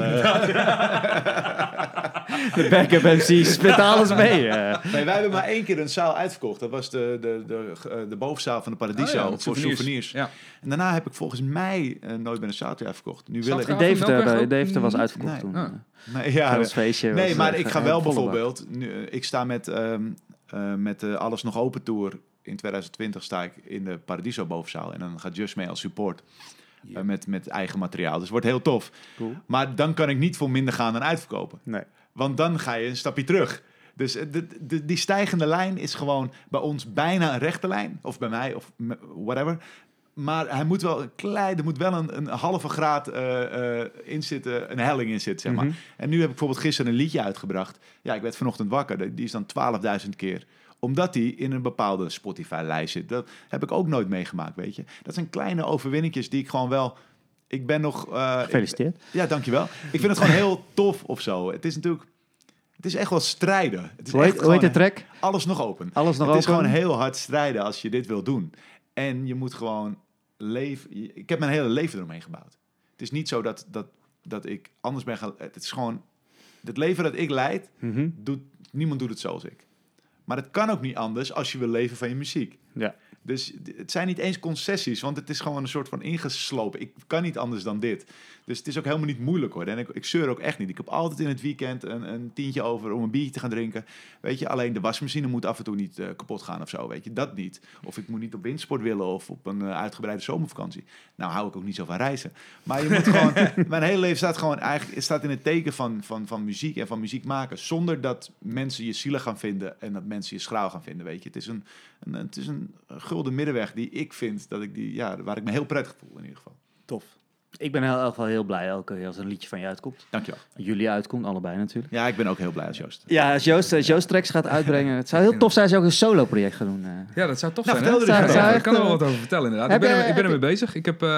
De backup MC spit alles mee. nee, wij hebben maar 1 keer een zaal uitverkocht. Dat was de bovenzaal van de Paradiso met voor souvenirs. Ja. En daarna heb ik volgens mij nooit meer een zaaltje uitverkocht. Nu wil ik... Zat In Melkweg ook? Deventer was uitverkocht Nee. toen. Ah. Nee, ja, Dat feestje nee, was, maar ik ga wel volle bak. bijvoorbeeld... Ik sta met de Alles Nog Open Tour. In 2020 sta ik in de Paradiso bovenzaal. En dan gaat Just mee als support. Ja. Met eigen materiaal. Dus het wordt heel tof. Cool. Maar dan kan ik niet voor minder gaan dan uitverkopen. Nee. Want dan ga je een stapje terug. Dus die stijgende lijn is gewoon bij ons bijna een rechte lijn. Of bij mij, of whatever. Maar hij moet wel er moet wel een halve graad in zitten, een helling in zitten, zeg maar. Mhm. En nu heb ik bijvoorbeeld gisteren een liedje uitgebracht. Ja, ik werd vanochtend wakker. Die is dan 12.000 keer. Omdat die in een bepaalde Spotify-lijst zit. Dat heb ik ook nooit meegemaakt, weet je. Dat zijn kleine overwinningjes die ik gewoon wel... Ik ben nog... Gefeliciteerd. Ja, dankjewel. Ik vind het gewoon heel tof of zo. Het is natuurlijk... Het is echt wel strijden. Het is Hoe echt heet de gewoon track? alles nog open. Alles nog Het is open? gewoon heel hard strijden als je dit wil doen. En je moet gewoon leven... Ik heb mijn hele leven eromheen gebouwd. Het is niet zo dat ik anders ben gaan... Het is gewoon... Het leven dat ik leid, Mhm. niemand doet het zoals ik. Maar het kan ook niet anders als je wil leven van je muziek. Ja. Dus het zijn niet eens concessies, want het is gewoon een soort van ingeslopen. Ik kan niet anders dan dit. Dus het is ook helemaal niet moeilijk hoor. En ik zeur ook echt niet. Ik heb altijd in het weekend een tientje over om een biertje te gaan drinken. Weet je, alleen de wasmachine moet af en toe niet kapot gaan of zo. Weet je, dat niet. Of ik moet niet op windsport willen of op een uitgebreide zomervakantie. Nou hou ik ook niet zo van reizen. Maar je moet gewoon... Mijn hele leven staat gewoon eigenlijk staat in het teken van muziek en van muziek maken. Zonder dat mensen je zielig gaan vinden en dat mensen je schraal gaan vinden. Weet je, het is een gulden middenweg die ik vind waar ik me heel prettig voel in ieder geval. Tof. Ik ben in elk geval heel blij elke keer als een liedje van je uitkomt. Dankjewel. Jullie uitkomt, allebei natuurlijk. Ja, ik ben ook heel blij als Joost. Ja, als Joost tracks gaat uitbrengen. Het zou heel tof zijn als je ook een solo-project gaat doen. Ja, dat zou tof Nou, zijn. vertel er eens Hè? over. Ik kan er wel wat over vertellen, inderdaad. Heb Ik je- ben ermee bezig. Ik heb,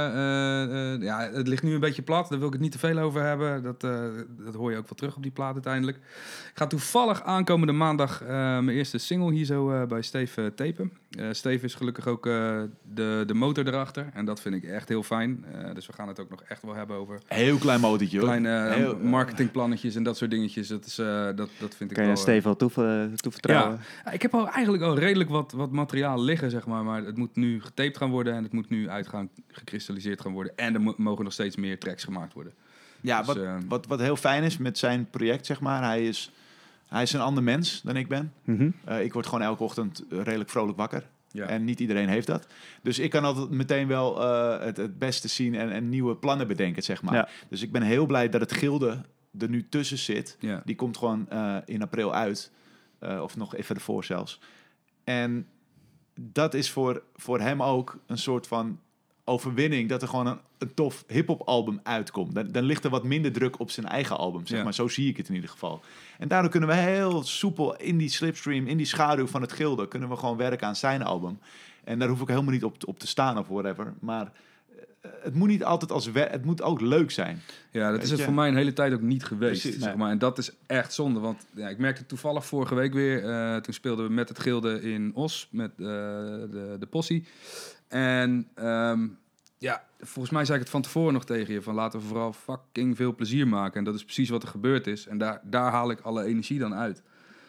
het ligt nu een beetje plat. Daar wil ik het niet te veel over hebben. Dat hoor je ook wel terug op die plaat uiteindelijk. Ik ga toevallig aankomende maandag mijn eerste single hier zo bij Steve tapen. Steve is gelukkig ook de motor erachter. En dat vind ik echt heel fijn. Dus we gaan het ook nog echt wel hebben over Heel klein motortje hoor. kleine marketingplannetjes en dat soort dingetjes. Dat vind ik Kan je wel... Steve wel toevertrouwen? Ja, ik heb eigenlijk al redelijk wat materiaal liggen, zeg maar het moet nu getaped gaan worden en het moet nu gekristalliseerd gaan worden. En er mogen nog steeds meer tracks gemaakt worden. Ja, Dus, wat heel fijn is met zijn project, zeg maar. Hij is een ander mens dan ik ben. Mhm. Ik word gewoon elke ochtend redelijk vrolijk wakker. Ja. En niet iedereen heeft dat. Dus ik kan altijd meteen wel het beste zien en nieuwe plannen bedenken, zeg maar. Ja. Dus ik ben heel blij dat het gilde er nu tussen zit. Ja. Die komt gewoon in april uit. Of nog even ervoor zelfs. En dat is voor hem ook een soort van overwinning. Dat er gewoon een tof hip-hop album uitkomt. Dan ligt er wat minder druk op zijn eigen album, zeg Ja. maar. Zo zie ik het in ieder geval. En daardoor kunnen we heel soepel in die slipstream, in die schaduw van het gilde, kunnen we gewoon werken aan zijn album. En daar hoef ik helemaal niet op te staan of whatever. Maar het moet niet altijd het moet ook leuk zijn. Ja, dat is Weet het je? voor mij een hele tijd ook niet geweest. Precies. Zeg maar. En dat is echt zonde. Want ik merkte toevallig vorige week weer. Toen speelden we met het gilde in Os. Met de possie. En volgens mij zei ik het van tevoren nog tegen je. Van laten we vooral fucking veel plezier maken. En dat is precies wat er gebeurd is. En daar haal ik alle energie dan uit.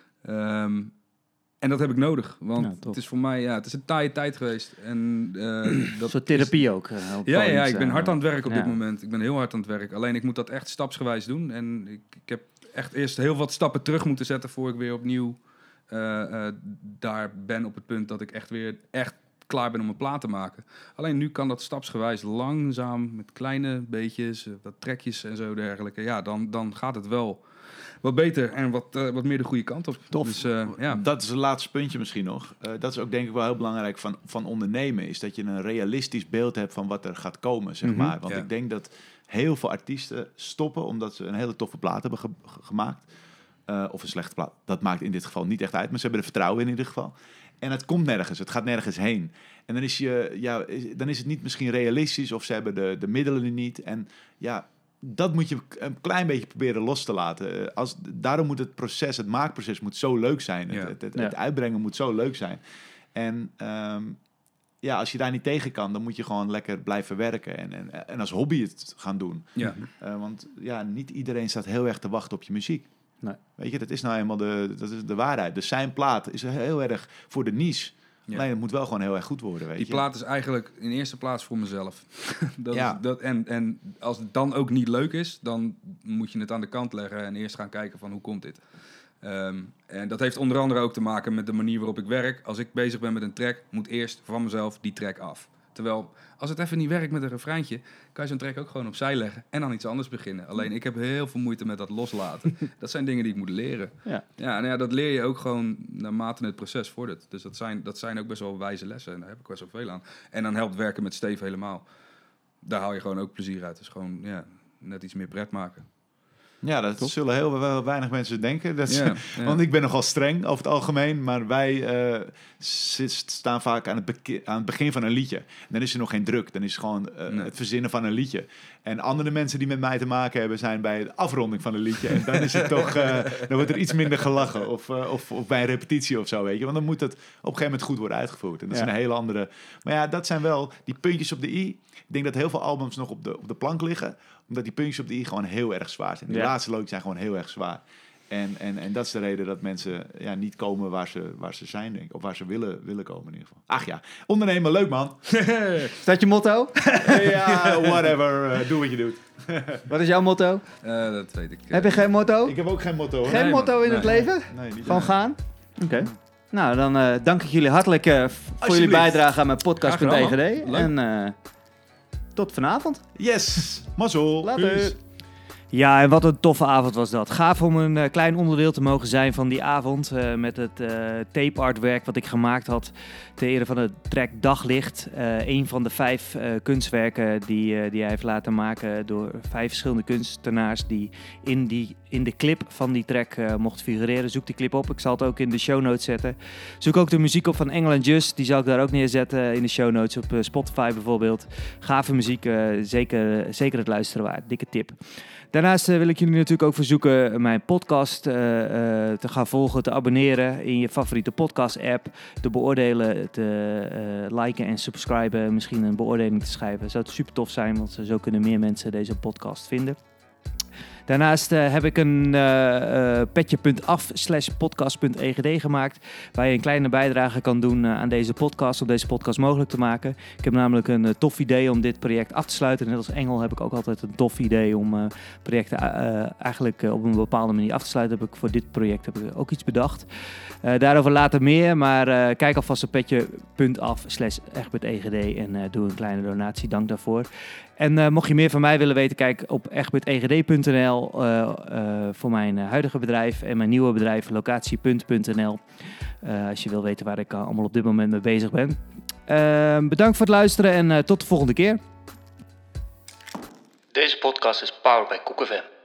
En dat heb ik nodig. Want Ja, tof. het is voor mij het is een taaie tijd geweest. En Een dat soort therapie ook. Ja, ik ben hard aan het werk op ja. dit moment. Ik ben heel hard aan het werk. Alleen ik moet dat echt stapsgewijs doen. En ik heb echt eerst heel wat stappen terug moeten zetten voor ik weer opnieuw daar ben op het punt dat ik echt klaar ben om een plaat te maken. Alleen nu kan dat stapsgewijs langzaam met kleine beetjes, wat trekjes en zo dergelijke. Ja, dan gaat het wel wat beter en wat meer de goede kant op. Tof. Dus, ja. Dat is het laatste puntje misschien nog. Dat is ook denk ik wel heel belangrijk van ondernemen. Is dat je een realistisch beeld hebt van wat er gaat komen, zeg Mhm. maar. Want Ja. ik denk dat heel veel artiesten stoppen omdat ze een hele toffe plaat hebben gemaakt. Of een slechte plaat. Dat maakt in dit geval niet echt uit, maar ze hebben er vertrouwen in ieder geval. En het komt nergens, het gaat nergens heen. En dan is het niet misschien realistisch of ze hebben de middelen niet. En ja, dat moet je een klein beetje proberen los te laten. Daarom moet het maakproces moet zo leuk zijn. Ja. Het uitbrengen moet zo leuk zijn. En als je daar niet tegen kan, dan moet je gewoon lekker blijven werken. En als hobby het gaan doen. Ja. Want niet iedereen staat heel erg te wachten op je muziek. Nee. Weet je, dat is nou eenmaal de waarheid. Dus zijn plaat is heel erg voor de niche. Ja. Alleen het moet wel gewoon heel erg goed worden, weet je. Die plaat is eigenlijk in eerste plaats voor mezelf. Ja. En als het dan ook niet leuk is, dan moet je het aan de kant leggen en eerst gaan kijken van hoe komt dit. En dat heeft onder andere ook te maken met de manier waarop ik werk. Als ik bezig ben met een track, moet eerst van mezelf die track af. Terwijl, als het even niet werkt met een refreintje, kan je zo'n track ook gewoon opzij leggen en dan iets anders beginnen. Alleen, ik heb heel veel moeite met dat loslaten. Dat zijn dingen die ik moet leren. Ja, dat leer je ook gewoon naarmate het proces vordert. Dus dat zijn ook best wel wijze lessen en daar heb ik best wel veel aan. En dan helpt werken met Steve helemaal. Daar haal je gewoon ook plezier uit. Dus gewoon, net iets meer pret maken. Ja, dat zullen heel weinig mensen denken. Ja. Want ik ben nogal streng over het algemeen. Maar wij staan vaak aan het begin van een liedje. Dan is er nog geen druk. Dan is het gewoon het verzinnen van een liedje. En andere mensen die met mij te maken hebben, zijn bij de afronding van een liedje. En dan is het toch, dan wordt er iets minder gelachen. Of bij een repetitie of zo, weet je. Want dan moet het op een gegeven moment goed worden uitgevoerd. En dat is een hele andere... Maar ja, dat zijn wel die puntjes op de i. Ik denk dat heel veel albums nog op de plank liggen. Omdat die puntjes op de i gewoon heel erg zwaar zijn. Die laatste loodjes zijn gewoon heel erg zwaar. En dat is de reden dat mensen niet komen waar ze zijn, denk ik. Of waar ze willen komen in ieder geval. Ach ja, ondernemen, leuk man. Is dat je motto? Ja, whatever. Doe wat je doet. Wat is jouw motto? Dat weet ik. Heb je geen motto? Ik heb ook geen motto, hoor. Geen motto in het leven? Nee, niet Gewoon gaan? Oké. Nou, dan dank ik jullie hartelijk voor jullie bijdrage aan mijn podcast.egd. En tot vanavond. Yes, mazzel. Later. Peace. Ja, en wat een toffe avond was dat. Gaaf om een klein onderdeel te mogen zijn van die avond. Met het tape artwerk wat ik gemaakt had ter ere van de track Daglicht. Een van de 5 kunstwerken die hij heeft laten maken door 5 verschillende kunstenaars die in de clip van die track mocht figureren. Zoek die clip op. Ik zal het ook in de show notes zetten. Zoek ook de muziek op van Engel & Just. Die zal ik daar ook neerzetten in de show notes op Spotify bijvoorbeeld. Gave muziek. Zeker het luisteren waard. Dikke tip. Daarnaast wil ik jullie natuurlijk ook verzoeken mijn podcast te gaan volgen, te abonneren in je favoriete podcast-app, te beoordelen, te liken en subscriben, misschien een beoordeling te schrijven. Zou het super tof zijn, want zo kunnen meer mensen deze podcast vinden. Daarnaast heb ik een petje.af/podcast.egd gemaakt, waar je een kleine bijdrage kan doen aan deze podcast, om deze podcast mogelijk te maken. Ik heb namelijk een tof idee om dit project af te sluiten. Net als Engel heb ik ook altijd een tof idee om projecten eigenlijk op een bepaalde manier af te sluiten. Heb ik voor dit project ook iets bedacht. Daarover later meer, maar kijk alvast op petje.af/Egbert-EGD en doe een kleine donatie. Dank daarvoor. En mocht je meer van mij willen weten, kijk op egbertegd.nl voor mijn huidige bedrijf en mijn nieuwe bedrijf locatie.nl. Als je wil weten waar ik allemaal op dit moment mee bezig ben. Bedankt voor het luisteren en tot de volgende keer. Deze podcast is powered bij Koek FM.